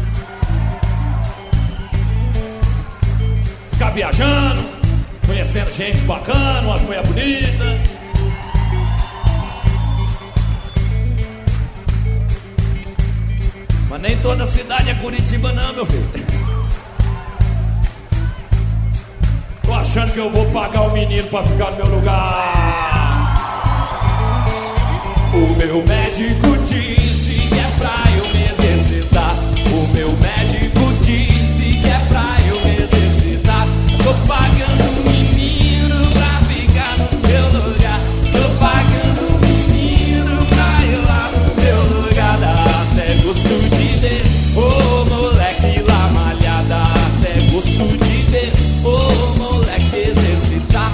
Ficar viajando, conhecendo gente bacana, umas mulheres bonitas. Mas nem toda cidade é Curitiba não, meu filho. Tô achando que eu vou pagar o menino pra ficar no meu lugar. O meu médico disse que é pra eu me exercitar. O meu médico disse que é pra eu me exercitar. Tô pagando o menino pra ficar no meu lugar. Tô pagando o menino pra ir lá no meu lugar. Dá até gosto de ver o moleque lá malhar. Dá até gosto de ver o moleque exercitar.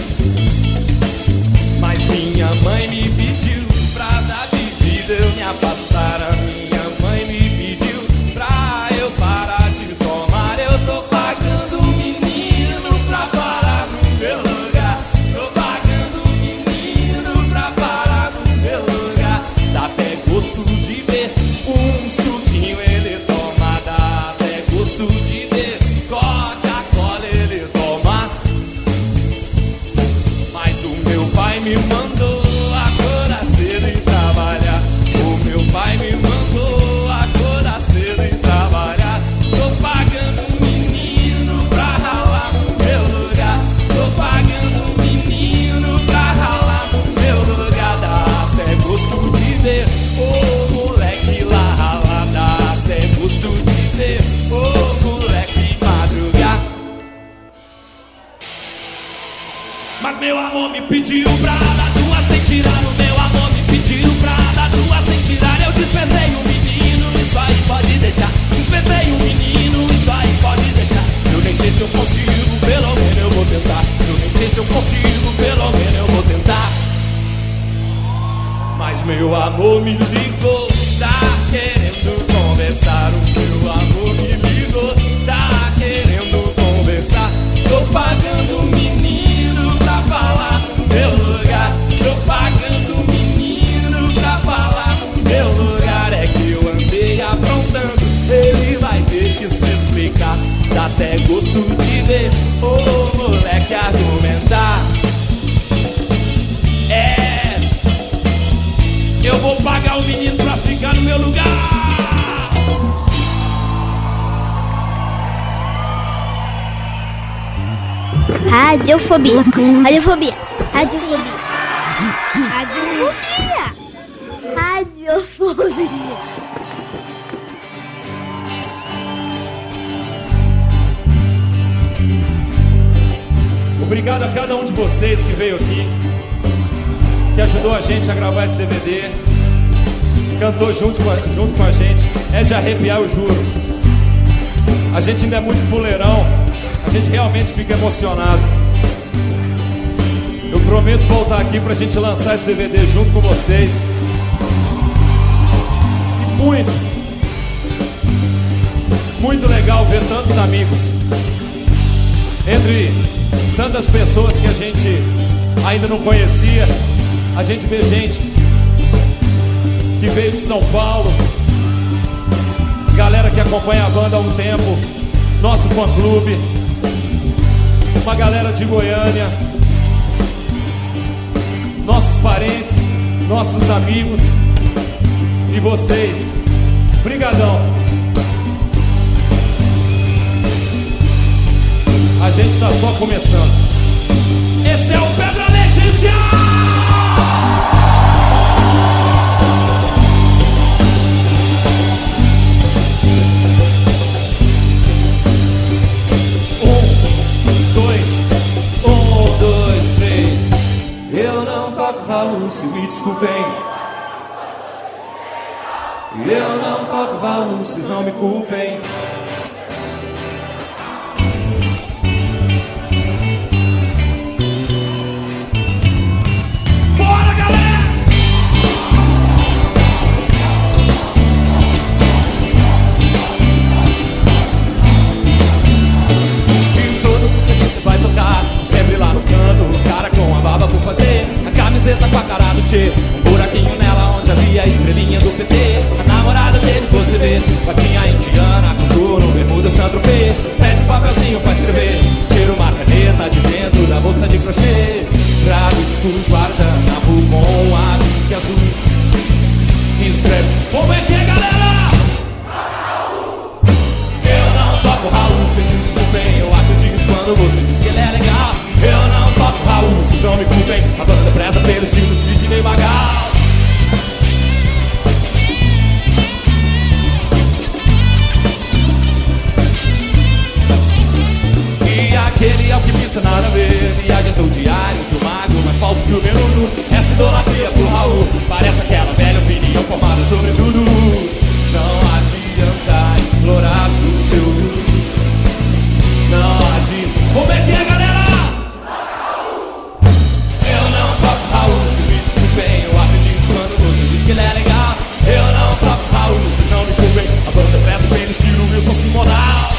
Mas minha mãe me pediu pra dar de vida eu me afastar. A minha mãe me pediu pra eu parar de tomar. Eu tô pagando o menino pra parar no meu lugar. Tô pagando o menino pra parar no meu lugar. Dá até gosto de ver um suquinho ele tomar. Dá até gosto de ver Coca-Cola ele tomar. Mas o meu pai me mandou acordar cedo e trabalhar. O meu pai me mandou acordar cedo e trabalhar. Tô pagando o menino pra ralar no meu lugar. Tô pagando o menino pra ralar no meu lugar. Dá até gosto de ver o moleque lá ralar. Dá até gosto de ver o moleque madrugar. Mas meu amor me pediu pra dar duas sem tirar. O meu amor me pediu pra dar duas sem tirar. Eu dispensei o menino, isso aí pode deixar. Dispensei o menino, isso aí pode deixar. Eu nem sei se eu consigo, pelo menos eu vou tentar. Eu nem sei se eu consigo, pelo menos eu vou tentar. Mas meu amor me ligou, tá querendo conversar. O meu amor me ligou, tá querendo conversar. Tô pagando o menino pra falar no meu lugar. Tô pagando o menino pra falar no meu lugar. É que eu andei aprontando, ele vai ter que se explicar. Dá até gosto de ver o moleque argumentar. É, eu vou pagar o menino pra ficar no meu lugar. Radiofobia. Radiofobia. Radiofobia. Radiofobia. Radiofobia. Obrigado a cada um de vocês que veio aqui, que ajudou a gente a gravar esse D V D, cantou junto com a, junto com a gente. É de arrepiar, eu juro. A gente ainda é muito fuleirão, a gente realmente fica emocionado. Eu prometo voltar aqui pra gente lançar esse D V D junto com vocês. E muito, muito legal ver tantos amigos. Entre tantas pessoas que a gente ainda não conhecia, a gente vê gente que veio de São Paulo, galera que acompanha a banda há um tempo, nosso fã-clube, uma galera de Goiânia, nossos parentes, nossos amigos e vocês. Brigadão. A gente tá só começando. Esse é o Pedra Letícia! Um, dois, um, dois, três. Eu não toco Raul, vocês me desculpem. Eu não toco Raul, vocês não me culpem. Bora, galera! Em todo que você vai tocar, sempre lá no canto, o cara com a barba por fazer, a camiseta com a cara do Tchê, um buraquinho nela onde havia a estrelinha do P T. A namorada dele você vê, patinha indiana, coturno, bermuda, Saint-Tropez. Pede um papelzinho pra escrever, tira uma caneta de dentro da bolsa de crochê. Trago escuro, guardanapo com a bique azul. Escreve, como é que é, galera? Eu não toco Raul, vocês me desculpem. Eu acredito quando você diz que ele é legal. Eu não toco Raul, vocês não me culpem. A banda preza pelo estilo Sidney Magal. E aquele alquimista nada a ver, viagens do diário de um mago mais falso que o menudo. Essa idolatria pro Raul parece aquela velha opinião formada sobre tudo. Não adianta implorar pro seu guru. Não adianta. Como é que é, galera? Eu não toco Raul, se me desculpem. Eu acredito quando você diz que ele é legal. Eu não toco Raul, vocês não me culpem. A banda preza pelo estilo Wilson Simonal.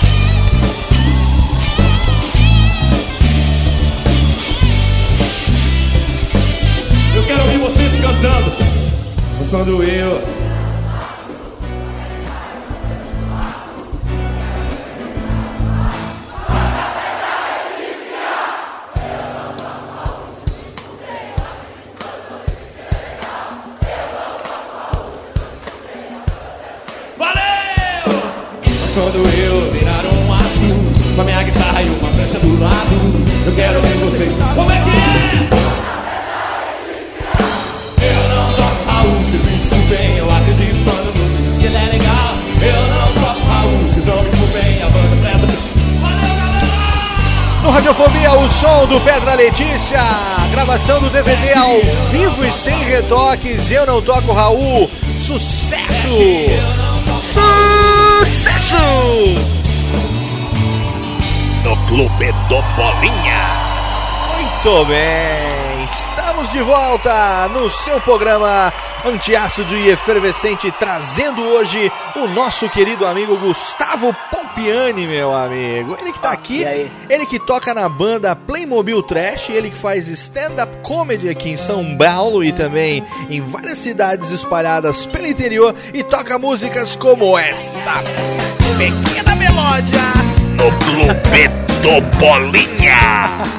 Eu quero ouvir vocês cantando. Mas quando eu Valeu! Mas quando eu virar um azul com a minha guitarra e uma prancha do lado, eu quero ouvir vocês. Como é que é? Vocês me desculpem, eu acredito quando você diz que ele é legal. Eu não toco Raul, vocês não me culpem. A banda presta. Valeu, galera! No Radiofobia, o som do Pedra Letícia. Gravação do D V D ao vivo e sem retoques. Eu não toco Raul. Sucesso! Sucesso! No Clube do Bolinha. Muito bem, estamos de volta no seu programa Antiácido e Efervescente, trazendo hoje o nosso querido amigo Gustavo Pompiani, meu amigo. Ele que tá aqui, ele que toca na banda Playmobil Trash, ele que faz stand-up comedy aqui em São Paulo e também em várias cidades espalhadas pelo interior e toca músicas como esta pequena melódia no Clube do Bolinha.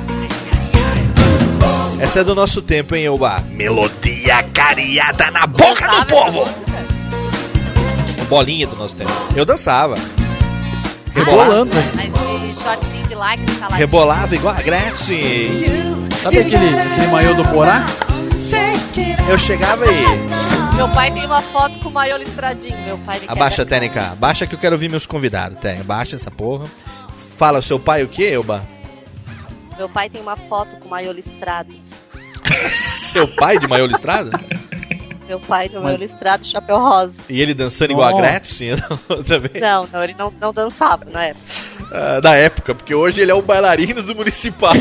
Essa é do nosso tempo, hein, Elba? Melodia cariada na boca do povo. Bolinha do nosso tempo. Eu dançava. Rebolando. Mas de shortinho de like, tá lá. Rebolava igual a Gretchen. Sabe aquele, aquele maiô do Porá? Eu chegava e... Meu pai tem uma foto com o maiô listradinho. Meu pai me Abaixa, Técnica. Abaixa que eu quero ouvir meus convidados. Técnica, abaixa essa porra. Fala, o seu pai o quê, Elba? Meu pai tem uma foto com o maiô listrado. Seu pai de maiô listrado? Meu pai de maiô listrado, chapéu rosa. E ele dançando igual oh. a Gretchen? Também? Não, não, ele não, não dançava na época. Ah, na época, porque hoje ele é o bailarino do Municipal.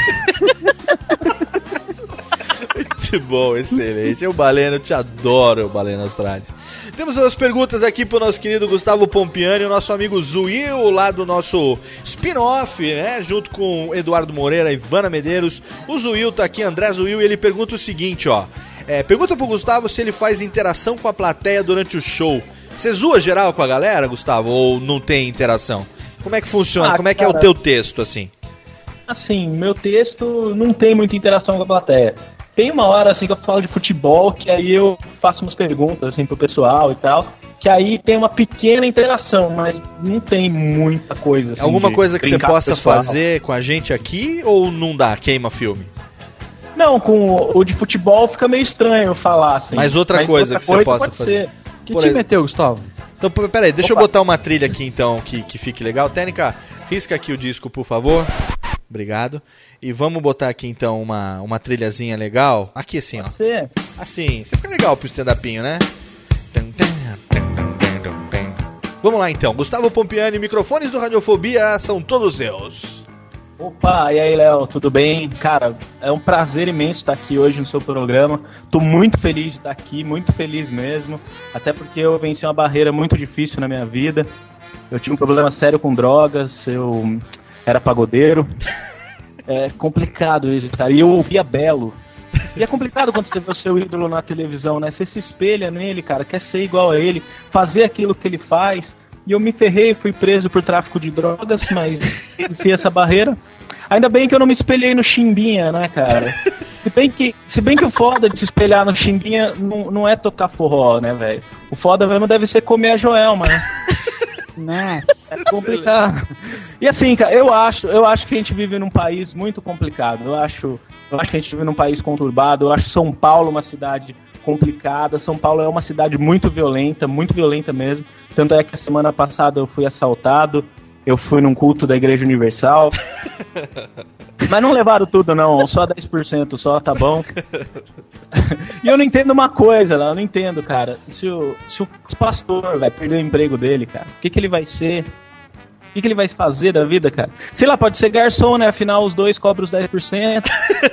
Muito bom, excelente. Eu, Balena, eu te adoro, Balena Astralis. Temos umas perguntas aqui pro nosso querido Gustavo Pompiani, o nosso amigo Zuil, lá do nosso spin-off, né? Junto com Eduardo Moreira e Ivana Medeiros. O Zuil tá aqui, André Zuil, e ele pergunta o seguinte, ó. É, pergunta pro Gustavo se ele faz interação com a plateia durante o show. Você zoa geral com a galera, Gustavo, ou não tem interação? Como é que funciona? Ah, Como é que cara, é o teu texto, assim? Assim, meu texto não tem muita interação com a plateia. Tem uma hora, assim, que eu falo de futebol, que aí eu faço umas perguntas, assim, pro pessoal e tal, que aí tem uma pequena interação, mas não tem muita coisa, assim. Alguma coisa que você possa com o fazer com a gente aqui, ou não dá? Queima filme? Não, com o, o de futebol fica meio estranho falar, assim. Mas outra mas coisa outra que coisa você possa pode fazer. Ser. Que te meteu, Gustavo? Então, peraí, deixa Opa. eu botar uma trilha aqui, então, que, que fique legal. Técnica, risca aqui o disco, por favor. Obrigado. E vamos botar aqui então uma, uma trilhazinha legal. Aqui assim, ó. Você. Assim, você fica legal pro stand-upinho, né? Vamos lá então. Gustavo Pompiani, microfones do Radiofobia são todos seus. Opa, e aí, Léo, tudo bem? Cara, é um prazer imenso estar aqui hoje no seu programa. Tô muito feliz de estar aqui, muito feliz mesmo. Até porque eu venci uma barreira muito difícil na minha vida. Eu tinha um problema sério com drogas, eu era pagodeiro. É complicado isso, cara. E eu ouvia Belo. E é complicado quando você vê o seu ídolo na televisão, né? Você se espelha nele, cara, quer ser igual a ele, fazer aquilo que ele faz. E eu me ferrei, fui preso por tráfico de drogas, mas venci essa barreira. Ainda bem que eu não me espelhei no Chimbinha, né, cara? Se bem que, se bem que o foda de se espelhar no Chimbinha não, não é tocar forró, né, velho? O foda mesmo deve ser comer a Joelma, né? Nossa. É complicado. E assim, cara, eu acho, eu acho que a gente vive num país muito complicado. Eu acho, eu acho que a gente vive num país conturbado. Eu acho São Paulo uma cidade complicada. São Paulo é uma cidade muito violenta, muito violenta mesmo. Tanto é que a semana passada eu fui assaltado. Eu fui num culto da Igreja Universal. Mas não levaram tudo, não. Só dez por cento só, tá bom? E eu não entendo uma coisa, eu não entendo, cara. Se o, se o pastor vai perder o emprego dele, cara, o que, que ele vai ser? O que, que ele vai fazer da vida, cara? Sei lá, pode ser garçom, né? Afinal, os dois cobram os dez por cento.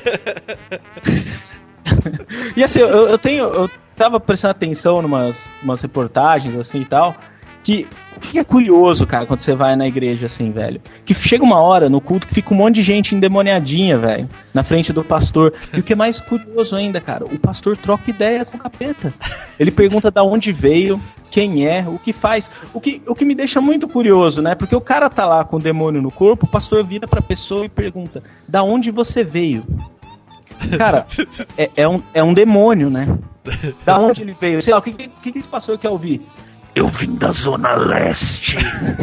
E assim, eu, eu tenho... Eu tava prestando atenção em umas, umas reportagens, assim, e tal... Que, o que é curioso, cara, quando você vai na igreja assim, velho? Que chega uma hora no culto que fica um monte de gente endemoniadinha, velho, na frente do pastor. E o que é mais curioso ainda, cara, o pastor troca ideia com o capeta. Ele pergunta da onde veio, quem é, o que faz. O que, o que me deixa muito curioso, né? Porque o cara tá lá com o demônio no corpo, o pastor vira pra pessoa e pergunta: da onde você veio? Cara, é, é, um, é um demônio, né? Da onde ele veio? Sei lá, o que, que, que esse pastor quer ouvir? Eu vim da Zona Leste,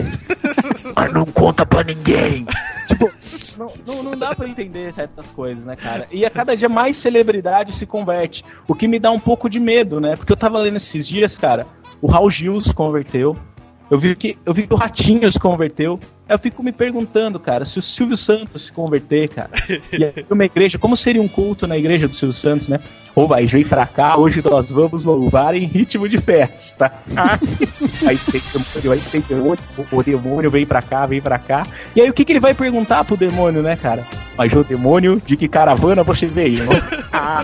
mas não conta pra ninguém. Tipo, não, não, não dá pra entender certas coisas, né, cara? E a cada dia mais celebridade se converte, o que me dá um pouco de medo, né? Porque eu tava lendo esses dias, cara, o Raul Gil se converteu, eu vi que, eu vi que o Ratinho se converteu. Eu fico me perguntando, cara, se o Silvio Santos se converter, cara, e aí uma igreja, como seria um culto na igreja do Silvio Santos, né? Ou vai vir pra cá, hoje nós vamos louvar em ritmo de festa. Aí tem demônio, aí tem demônio, o demônio vem pra cá, vem pra cá. E aí o que, que ele vai perguntar pro demônio, né, cara? Mas o demônio, de que caravana você veio? Ah,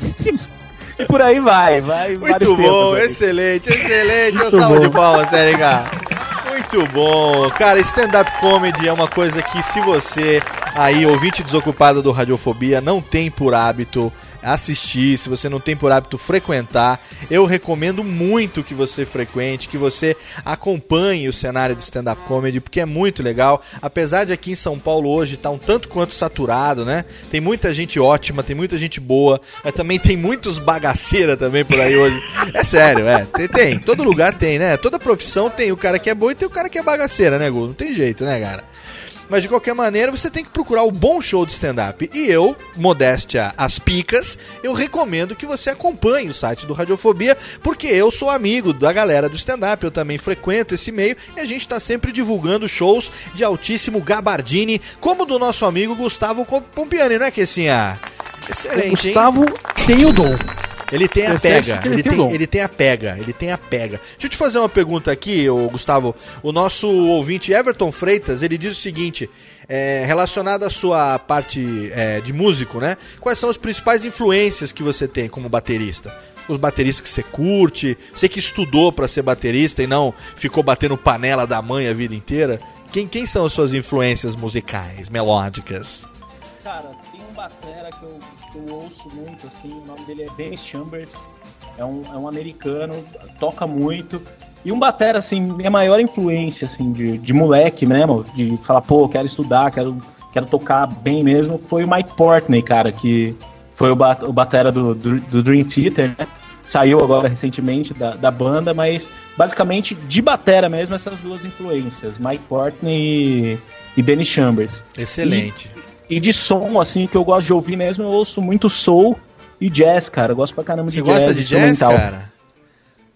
e por aí vai, vai. Muito bom, excelente, excelente. Um salve de palmas, tá ligado? Muito bom. Cara, stand-up comedy é uma coisa que, se você aí, ouvinte desocupado do Radiofobia, não tem por hábito assistir, se você não tem por hábito frequentar, eu recomendo muito que você frequente, que você acompanhe o cenário de stand-up comedy, porque é muito legal. Apesar de aqui em São Paulo hoje estar tá um tanto quanto saturado, né? Tem muita gente ótima, tem muita gente boa, mas também tem muitos bagaceira também por aí hoje. É sério, é. Tem, tem. Todo lugar tem, né? Toda profissão tem o cara que é bom e tem o cara que é bagaceira, né, Gu? Não tem jeito, né, cara? Mas de qualquer maneira, você tem que procurar o bom show de stand-up. E eu, modéstia às picas, eu recomendo que você acompanhe o site do Radiofobia, porque eu sou amigo da galera do stand-up, eu também frequento esse meio, e a gente está sempre divulgando shows de altíssimo gabardine, como do nosso amigo Gustavo Pompiani, não é, Kessinha? Excelente, o Gustavo hein? Tem o dom. Ele tem a pega, ele, ele, tem, tem ele tem a pega, ele tem a pega. Deixa eu te fazer uma pergunta aqui, ô, Gustavo. O nosso ouvinte Everton Freitas, ele diz o seguinte, é, relacionado à sua parte é, de músico, né? Quais são as principais influências que você tem como baterista? Os bateristas que você curte, você que estudou pra ser baterista e não ficou batendo panela da mãe a vida inteira. Quem, quem são as suas influências musicais, melódicas? Cara, tem um batera que eu... eu ouço muito, assim, o nome dele é Dennis Chambers, é um, é um americano, toca muito, e um batera, assim, minha maior influência, assim, de, de moleque mesmo, de falar, pô, quero estudar, quero, quero tocar bem mesmo, foi o Mike Portnoy, cara, que foi o, bat, o batera do, do, do Dream Theater, né, saiu agora recentemente da, da banda, mas basicamente de batera mesmo, essas duas influências, Mike Portnoy e, e Dennis Chambers. Excelente. E, E de som, assim, que eu gosto de ouvir mesmo, eu ouço muito soul e jazz, cara. Eu gosto pra caramba de Você jazz. Você gosta de jazz, cara?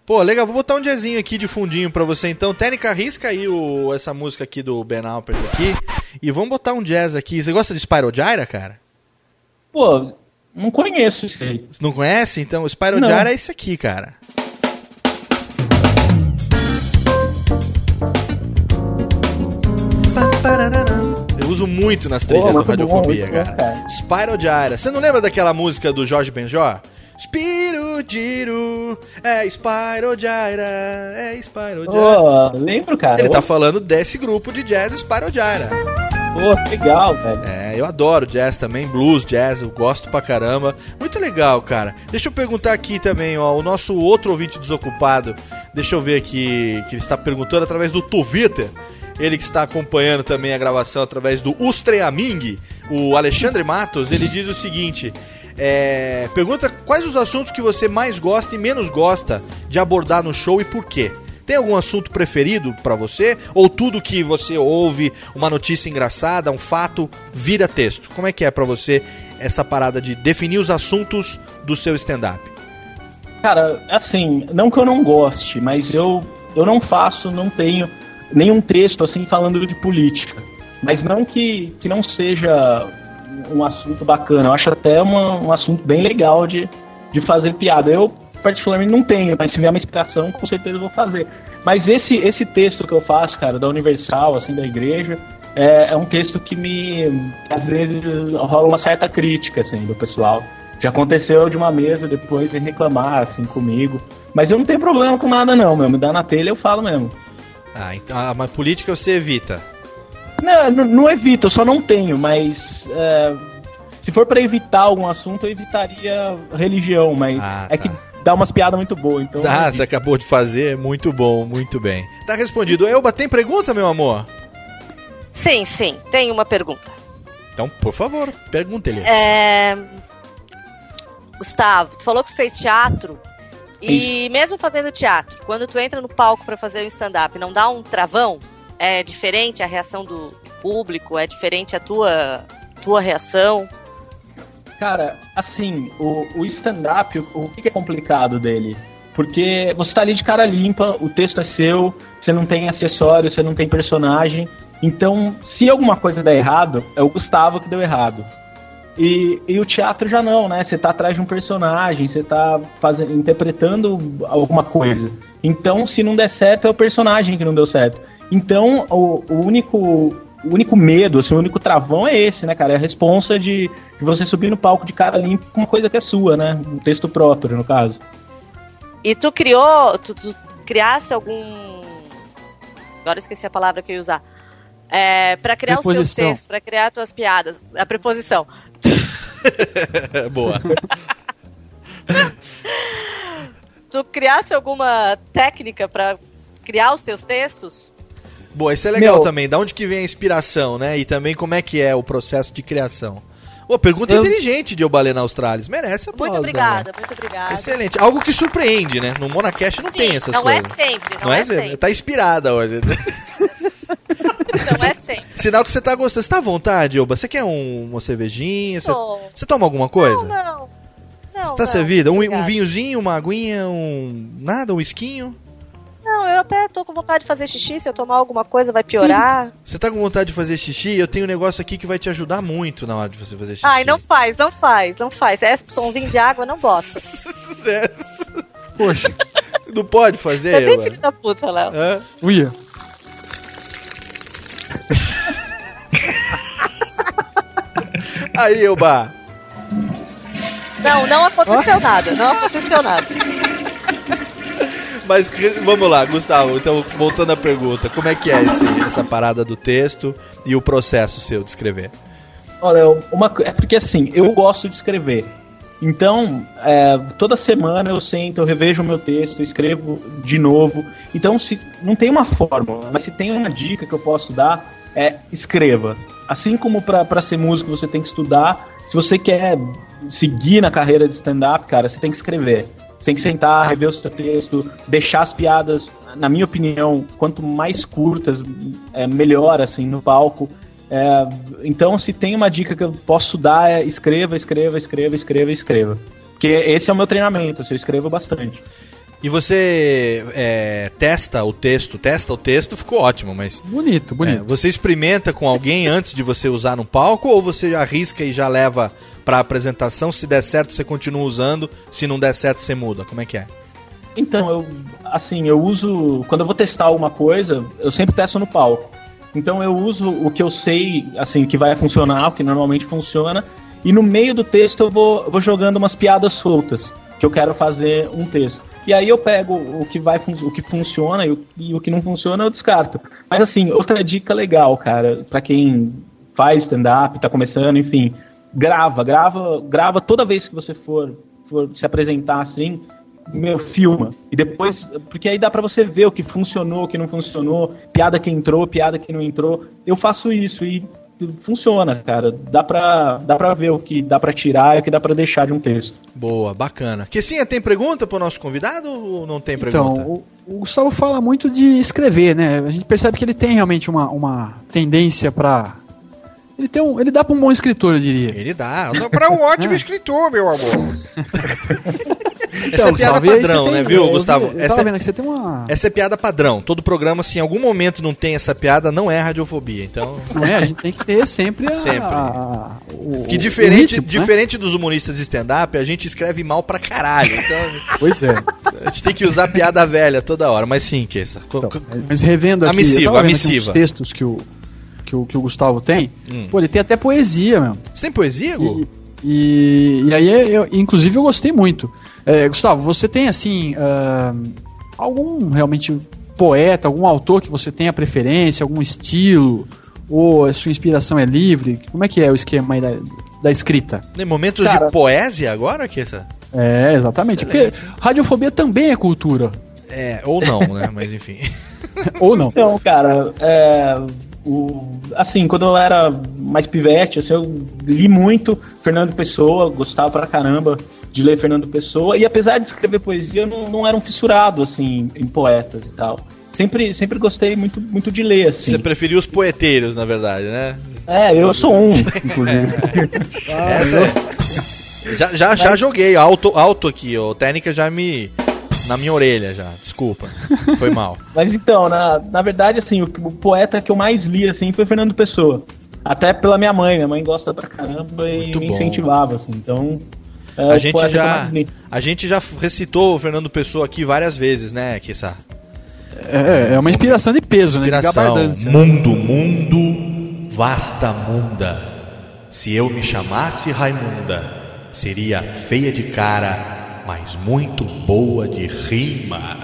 Pô, legal, vou botar um jazzinho aqui de fundinho pra você então. Técnica, arrisca aí o, essa música aqui do Ben Alpert aqui. E vamos botar um jazz aqui. Você gosta de Spyro Gyra, cara? Pô, não conheço isso aí. Não conhece? Então, o Spyro Não. Gyra é esse aqui, cara. Eu uso muito nas trilhas Pô, do Radiofobia, bom, cara. bom, cara. Spyro Gyra. Você não lembra daquela música do Jorge Benjor? Spyro Gyro, é Spyro Gyra, é Spyro Gyra. Pô, lembro, cara. Ele Ô, tá falando desse grupo de jazz Spyro Gyra. Pô, legal, velho. É, eu adoro jazz também, blues, jazz, eu gosto pra caramba. Muito legal, cara. Deixa eu perguntar aqui também, ó, o nosso outro ouvinte desocupado, deixa eu ver aqui, que ele está perguntando através do Twitter. Ele que está acompanhando também a gravação através do Ustreaming, o Alexandre Matos, ele diz o seguinte... É, pergunta quais os assuntos que você mais gosta e menos gosta de abordar no show e por quê? Tem algum assunto preferido pra você? Ou tudo que você ouve, uma notícia engraçada, um fato, vira texto? Como é que é pra você essa parada de definir os assuntos do seu stand-up? Cara, assim, não que eu não goste, mas eu, eu não faço, não tenho nenhum texto assim falando de política. Mas não que, que não seja um assunto bacana. Eu acho até uma, um assunto bem legal de, de fazer piada. Eu, particularmente, não tenho, mas se vier uma inspiração, com certeza eu vou fazer. Mas esse, esse texto que eu faço, cara, da Universal, assim, da igreja, é, é um texto que me... às vezes rola uma certa crítica, assim, do pessoal. Já aconteceu de uma mesa depois em reclamar, assim, comigo. Mas eu não tenho problema com nada, não, meu. Me dá na telha, eu falo mesmo. Ah, então, ah, mas política você evita? Não, não, não evito, eu só não tenho, mas é, se for pra evitar algum assunto, eu evitaria religião, mas Ah, é tá. que dá umas piadas muito boas, então... eu Ah, evito. você acabou de fazer, muito bom, muito bem. Tá respondido. Elba, tem pergunta, meu amor? Sim, sim, tem uma pergunta. Então, por favor, pergunta-lhe. É... Gustavo, tu falou que tu fez teatro. E mesmo fazendo teatro, quando tu entra no palco pra fazer o stand-up, não dá um travão? É diferente a reação do público? É diferente a tua, tua reação? Cara, assim, o, o stand-up, o, o que que é complicado dele? Porque você tá ali de cara limpa, o texto é seu, você não tem acessório, você não tem personagem. Então, se alguma coisa der errado, é o Gustavo que deu errado. E, e o teatro já não, né? Você tá atrás de um personagem, você tá fazendo, interpretando alguma coisa. Então, se não der certo, é o personagem que não deu certo. Então, o, o único... O único medo, assim, o único travão é esse, né, cara? É a responsa de, de você subir no palco de cara limpo com uma coisa que é sua, né? Um texto próprio, no caso. E tu criou, tu, tu criasse algum... Agora eu esqueci a palavra que eu ia usar. É, pra criar os teus Preposição. textos, pra criar as tuas piadas. A preposição. Boa. Tu criasse alguma técnica pra criar os teus textos? Boa, isso é legal Meu- também. Da onde que vem a inspiração, né? E também como é que é o processo de criação. Pô, pergunta Eu- inteligente de Eubalena Australis. Merece aplauso. Muito obrigada, né? muito obrigada. Excelente. Algo que surpreende, né? No Monacast não Sim, tem essas não coisas. é sempre, não, Não é, é sempre. sempre. Tá inspirada hoje. Não é sempre. Sinal que você tá gostando. Você tá à vontade, Euba? Você quer um- uma cervejinha? Você, Tô. você toma alguma coisa? Não, não. Não, Você tá não, servida? Um, um obrigada. vinhozinho, uma aguinha, um... Nada? Um esquinho? Não, eu até tô com vontade de fazer xixi. Se eu tomar alguma coisa, vai piorar. Você tá com vontade de fazer xixi? Eu tenho um negócio aqui que vai te ajudar muito na hora de você fazer xixi. Ai, não faz, não faz, não faz. É sonzinho de água, não bota. Poxa, Não pode fazer, Você é bem Euba? filho da puta, Léo. Hã? uia. Aí, Euba. Não, não aconteceu nada. Não aconteceu nada. Mas vamos lá, Gustavo. Então, voltando à pergunta, como é que é esse, essa parada do texto e o processo seu de escrever? Olha, uma, co- é porque assim, eu gosto de escrever. Então, é, toda semana eu sento, eu revejo o meu texto, eu escrevo de novo. Então, se não tem uma fórmula, mas se tem uma dica que eu posso dar, é escreva. Assim como para ser músico você tem que estudar, se você quer seguir na carreira de stand-up, cara, você tem que escrever. Você tem que sentar, rever o seu texto, deixar as piadas, na minha opinião, quanto mais curtas, é, melhor, assim, no palco. É, então, se tem uma dica que eu posso dar, é escreva, escreva, escreva, escreva, escreva. Porque esse é o meu treinamento, assim, eu escrevo bastante. E você é, testa o texto, testa o texto, ficou ótimo, mas... Bonito, bonito. É, você experimenta com alguém antes de você usar no palco, ou você arrisca e já leva pra apresentação? Se der certo, você continua usando, se não der certo, você muda. Como é que é? Então, eu, assim, eu uso... Quando eu vou testar alguma coisa, eu sempre testo no palco. Então eu uso o que eu sei, assim, que vai funcionar, o que normalmente funciona, e no meio do texto eu vou, eu vou jogando umas piadas soltas, que eu quero fazer um texto. E aí eu pego o que, vai, o que funciona e o, e o que não funciona eu descarto. Mas assim, outra dica legal, cara, pra quem faz stand-up, tá começando, enfim, grava, grava, grava toda vez que você for, for se apresentar assim, meu, filma. E depois, porque aí dá pra você ver o que funcionou, o que não funcionou, piada que entrou, piada que não entrou. Eu faço isso e funciona, cara. Dá pra, dá pra ver o que dá pra tirar e o que dá pra deixar de um texto. Boa, bacana. Quessinha, tem pergunta pro nosso convidado ou não tem pergunta? Então, o, o Gustavo fala muito de escrever, né? A gente percebe que ele tem realmente uma, uma tendência pra... Ele, tem um, ele dá pra um bom escritor, eu diria. Ele dá. Dá pra um ótimo escritor, meu amor. Essa Então, é piada Salve, padrão, tem, né, viu, eu Gustavo? Vi, eu essa tava é, vendo que você tem uma... essa é piada padrão. Todo programa, se em algum momento não tem essa piada, não é radiofobia. Então... Não é? A gente tem que ter sempre a... Sempre. a o, que diferente, o ritmo, diferente né? dos humoristas de stand-up, a gente escreve mal pra caralho. Então, pois é. A gente tem que usar piada velha toda hora. Mas sim, que essa. Então, mas revendo aqui, amissiva, eu tava vendo amissiva. aqui uns textos que o, que o, que o Gustavo tem. Hum. Pô, ele tem até poesia, meu. Você tem poesia, Gu? E, e, e aí, eu, inclusive, eu gostei muito. É, Gustavo, você tem, assim, uh, algum, realmente, poeta, algum autor que você tenha preferência, algum estilo, ou a sua inspiração é livre? Como é que é o esquema aí da, da escrita? Tem momentos Cara, de poesia agora, que essa? É, exatamente. Excelente. Porque radiofobia também é cultura. É, ou não, né? Mas enfim. Ou não. Então, cara, é... O, assim, quando eu era mais pivete, assim, eu li muito Fernando Pessoa, gostava pra caramba de ler Fernando Pessoa, e apesar de escrever poesia, eu não, não era um fissurado, assim, em poetas e tal. Sempre, sempre gostei muito, muito de ler, assim. Você preferiu os poeteiros, na verdade, né? É, eu sou um, inclusive. ah, Essa é... Já, já, já Mas... joguei, alto, alto aqui, ó, técnica já me... Na minha orelha já, desculpa, foi mal. Mas então, na, na verdade, assim, o, o poeta que eu mais li, assim, foi Fernando Pessoa. Até pela minha mãe, minha mãe gosta pra caramba e Muito me bom. incentivava, assim, então... É, a, gente já, a gente já recitou o Fernando Pessoa aqui várias vezes, né, Kissa? É, é uma inspiração de peso, inspiração, né? De mundo, mundo, vasta munda. Se eu me chamasse Raimunda, seria feia de cara, mas muito boa de rima.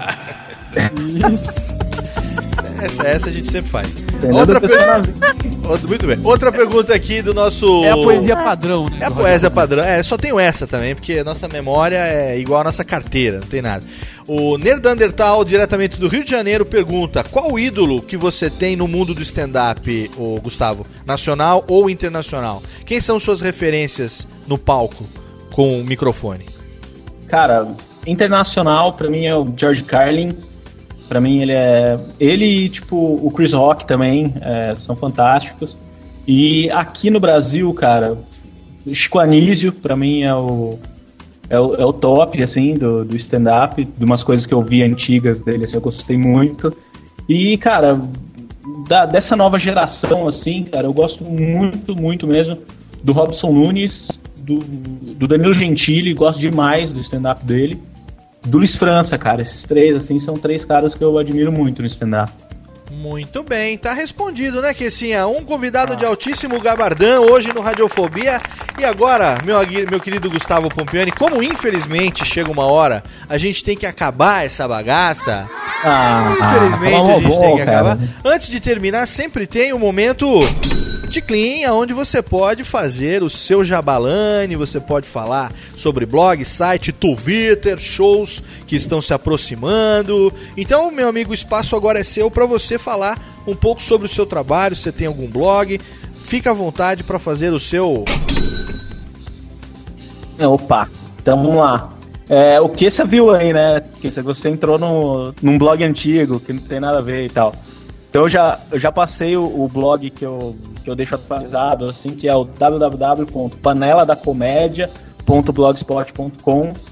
Isso. Essa, essa a gente sempre faz. Outra per... Muito bem. Outra pergunta aqui do nosso... É a poesia padrão, né? É a poesia padrão. É, só tenho essa também, porque a nossa memória é igual a nossa carteira, não tem nada. O Nerdandertal, diretamente do Rio de Janeiro, pergunta: qual o ídolo que você tem no mundo do stand-up, ô Gustavo? Nacional ou internacional? Quem são suas referências no palco com o microfone? Cara, internacional, pra mim é o George Carlin. Pra mim ele é... Ele e, tipo, o Chris Rock também é, são fantásticos. E aqui no Brasil, cara, o Chico Anísio, pra mim, é o... É o, é o top, assim, do, do stand-up. De umas coisas que eu vi antigas dele, assim, eu gostei muito. E, cara, da, dessa nova geração, assim, cara, eu gosto muito, muito mesmo do Robson Nunes, do, do Danilo Gentili, gosto demais do stand-up dele. Do Luiz França, cara, esses três, assim, são três caras que eu admiro muito no stand-up. Muito bem, tá respondido, né, Kessinha? Um convidado ah. de altíssimo gabardão hoje no Radiofobia. E agora, meu, meu querido Gustavo Pompiani, como infelizmente chega uma hora, a gente tem que acabar essa bagaça. Ah, infelizmente ah, a gente bom, tem que cara. acabar. Antes de terminar, sempre tem um momento de clean, onde você pode fazer o seu jabalane, você pode falar sobre blog, site, Twitter, shows que estão se aproximando. Então, meu amigo, o espaço agora é seu para você falar um pouco sobre o seu trabalho. Se você tem algum blog, fica à vontade para fazer o seu... Opa, então vamos lá. É, o que você viu aí, né? Que você entrou no, num blog antigo que não tem nada a ver e tal. Então eu já, eu já passei o, o blog que eu, que eu deixo atualizado, assim, que é o w w w ponto panela da comédia ponto blogspot ponto com.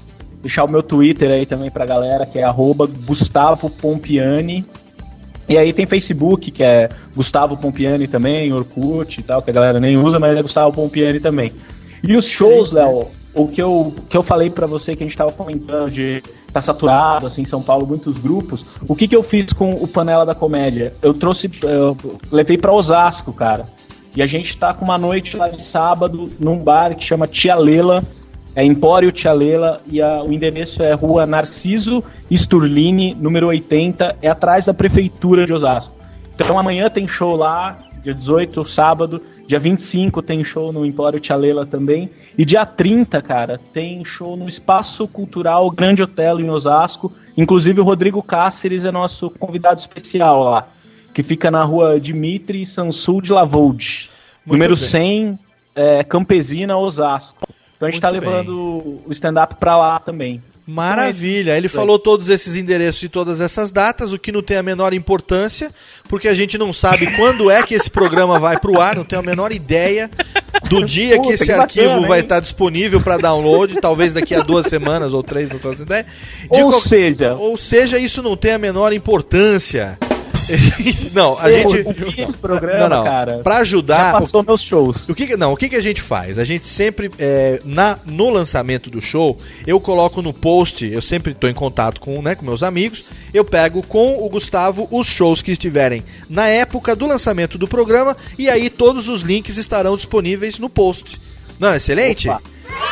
deixar o meu Twitter aí também pra galera, que é arroba Gustavo Pompiani. E aí tem Facebook, que é Gustavo Pompiani também, Orkut e tal, que a galera nem usa, mas é Gustavo Pompiani também. E os shows, Léo, o que eu, que eu falei pra você, que a gente tava comentando de tá saturado, assim, em São Paulo, muitos grupos, o que que eu fiz com o Panela da Comédia? Eu trouxe, eu levei pra Osasco, cara. E a gente tá com uma noite lá de sábado, num bar que chama Tia Lela, é Empório Tia Lela, e a, o endereço é Rua Narciso Sturlini, número oitenta, é atrás da Prefeitura de Osasco. Então amanhã tem show lá, dia dezoito, sábado, dia vinte e cinco tem show no Empório Tia Lela também, e dia trinta, cara, tem show no Espaço Cultural Grande Otelo em Osasco, inclusive o Rodrigo Cáceres é nosso convidado especial lá, que fica na Rua Dimitri Sansul de Lavolde, número bem. cem, é, Campesina, Osasco. Então a gente Muito tá levando bem. o stand-up pra lá também. Maravilha, ele falou todos esses endereços e todas essas datas, o que não tem a menor importância, porque a gente não sabe quando é que esse programa vai pro ar, não tem a menor ideia do dia Puta, que esse que arquivo bacana, vai estar disponível para download, talvez daqui a duas semanas ou três, não tenho ideia. Ou qual... seja... Ou seja, isso não tem a menor importância. Não, a gente. Esse programa, não, não. cara. Pra ajudar. Já passou meus shows. O que, não, o que, que a gente faz? A gente sempre, é, na, no lançamento do show, eu coloco no post, eu sempre tô em contato com, né, com meus amigos, eu pego com o Gustavo os shows que estiverem na época do lançamento do programa, e aí todos os links estarão disponíveis no post. Não, excelente? Opa.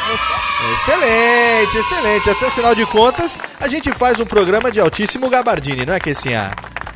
Excelente, excelente. Até o final de contas, a gente faz um programa de altíssimo gabardine, não é, Kessinha?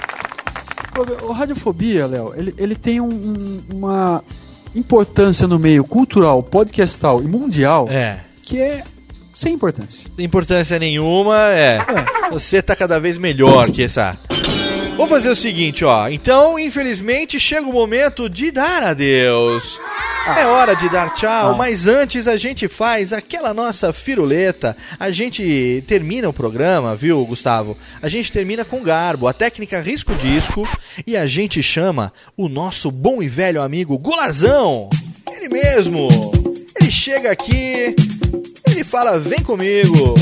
O Radiofobia, Léo, ele, ele tem um, um, uma importância no meio cultural, podcastal e mundial é. que é sem importância. Importância nenhuma, é. é. Você tá cada vez melhor que essa... Vamos fazer o seguinte, ó. Então, infelizmente, chega o momento de dar adeus. É hora de dar tchau, ah. mas antes a gente faz aquela nossa firuleta. A gente termina o programa, viu, Gustavo? A gente termina com garbo, a técnica risco-disco, e a gente chama o nosso bom e velho amigo Gularzão. Ele mesmo. Ele chega aqui, ele fala, vem comigo.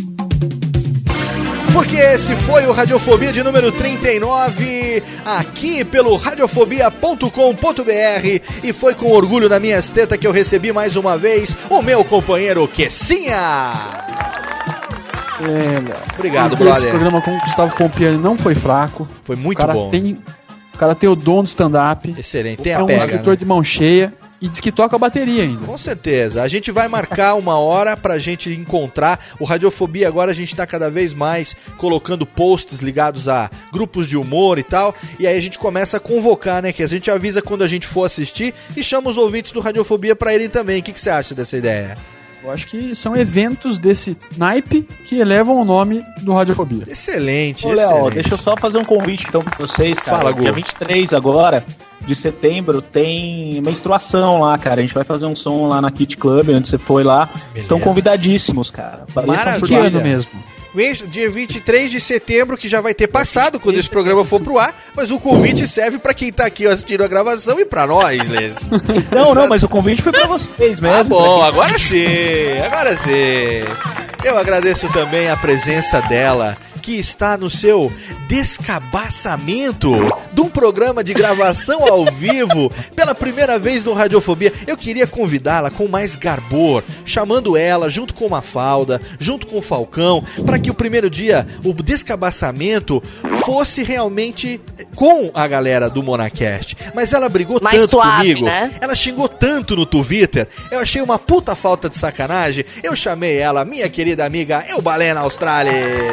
Porque esse foi o Radiofobia de número trinta e nove, aqui pelo radiofobia ponto com ponto b r, e foi com orgulho da minha esteta que eu recebi mais uma vez o meu companheiro Kessinha. É, Léo. Obrigado, esse brother. Esse programa com o Gustavo Pompiani não foi fraco. Foi muito o cara bom. Tem, o cara tem o dom do stand-up. Excelente, tem a é um pega, escritor né? de mão cheia. E diz que toca a bateria ainda. Com certeza. A gente vai marcar uma hora pra gente encontrar. O Radiofobia agora a gente tá cada vez mais colocando posts ligados a grupos de humor e tal. E aí a gente começa a convocar, né? Que a gente avisa quando a gente for assistir e chama os ouvintes do Radiofobia pra irem também. O que, que você acha dessa ideia? Eu acho que são eventos desse naipe que elevam o nome do Radiofobia. Excelente, Ô, excelente. Léo, deixa eu só fazer um convite então pra vocês, cara. Fala, Gu. Dia vinte e três agora de setembro tem menstruação lá, cara. A gente vai fazer um som lá na Kit Club, onde você foi lá. Beleza. Estão convidadíssimos, cara. Maravilha. Que ano mesmo? Dia vinte e três de setembro, que já vai ter passado quando esse programa for pro ar, mas o convite serve pra quem tá aqui assistindo a gravação e pra nós, Les. Não, não, mas o convite foi pra vocês mesmo. Ah, bom, agora sim, agora sim. Eu agradeço também a presença dela, que está no seu descabaçamento de um programa de gravação ao vivo pela primeira vez no Radiofobia. Eu queria convidá-la com mais garbor, chamando ela junto com Mafalda, junto com o Falcão, para que o primeiro dia, o descabaçamento, fosse realmente com a galera do Monacast. Mas ela brigou mais tanto suave, comigo, né? Ela xingou tanto no Twitter, eu achei uma puta falta de sacanagem. Eu chamei ela, minha querida amiga Eubalena Australis.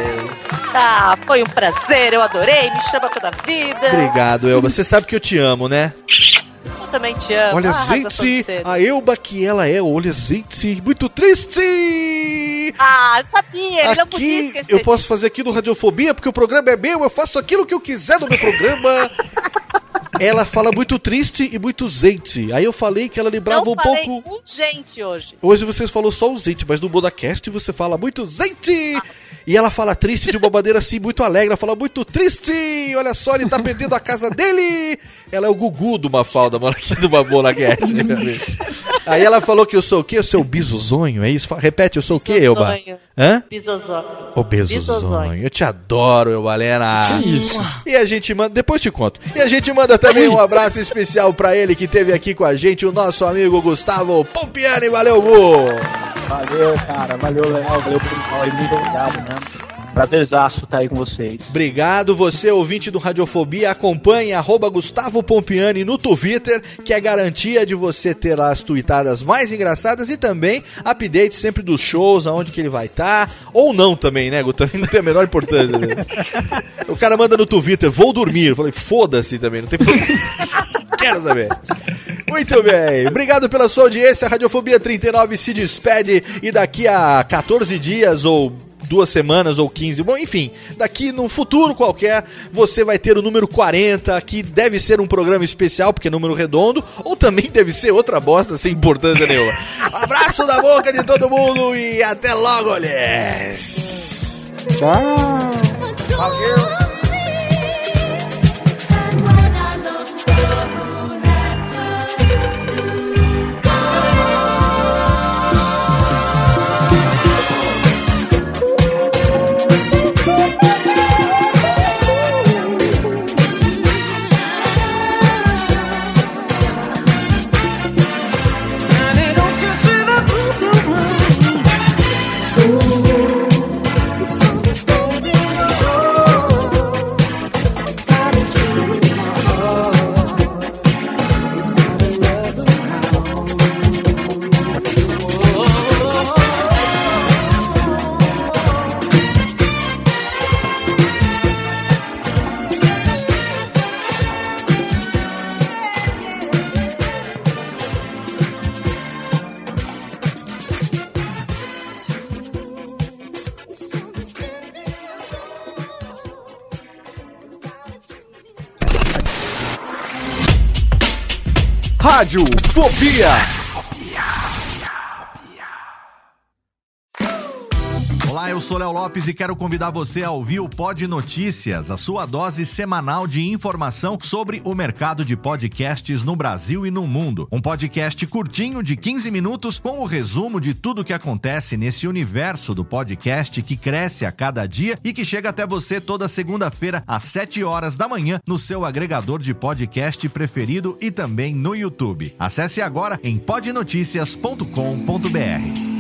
Ah, foi um prazer, eu adorei, me chama toda a vida. Obrigado, Elba. Você sabe que eu te amo, né? Eu também te amo. Olha, ah, gente, a Elba que ela é, olha, gente, muito triste. Ah, sabia, ele aqui, não podia esquecer. Eu posso fazer aqui no Radiofobia, porque o programa é meu, eu faço aquilo que eu quiser no meu programa. Ela fala muito triste e muito gente. Aí eu falei que ela lembrava não um pouco... Não falei com gente hoje. Hoje vocês falou só o gente, mas no Bodacast você fala muito gente. E ela fala triste de uma maneira assim, muito alegre. Ela fala muito triste. Olha só, ele tá perdendo a casa dele. Ela é o Gugu do Mafalda, mano, aqui do Bodacast. Aí ela falou que eu sou o quê? Eu sou o bisozonho, é isso? Repete, eu sou o quê, Elba? Hã? Bisozônio. O Besozônio. Eu te adoro, eu Valena. Que isso? E a gente manda, depois te conto. E a gente manda também um abraço especial pra ele que esteve aqui com a gente, o nosso amigo Gustavo Pompiani. Valeu, Gu! Valeu, cara. Valeu, Léo. Valeu, Bruno. Muito obrigado, né? Prazerzaço estar aí com vocês. Obrigado, você ouvinte do Radiofobia, acompanhe arroba Gustavo Pompiani no Twitter, que é garantia de você ter lá as tuitadas mais engraçadas e também updates sempre dos shows, aonde que ele vai estar, ou não também, né, Gu? Também não tem a menor importância. Né? O cara manda no Twitter, vou dormir. Eu falei, foda-se também, não tem problema. Quero saber. Muito bem, obrigado pela sua audiência. A Radiofobia trinta e nove se despede e daqui a quatorze dias ou duas semanas ou quinze, bom, enfim, daqui num futuro qualquer, você vai ter o número quarenta, que deve ser um programa especial, porque é número redondo, ou também deve ser outra bosta sem importância nenhuma. Abraço da boca de todo mundo e até logo, lhes. Tchau. Valeu. Radiofobia. Olá, eu sou Léo Lopes e quero convidar você a ouvir o Pod Notícias, a sua dose semanal de informação sobre o mercado de podcasts no Brasil e no mundo. Um podcast curtinho de quinze minutos com o resumo de tudo que acontece nesse universo do podcast que cresce a cada dia e que chega até você toda segunda-feira às sete horas da manhã no seu agregador de podcast preferido e também no YouTube. Acesse agora em pod noticias ponto com ponto b r.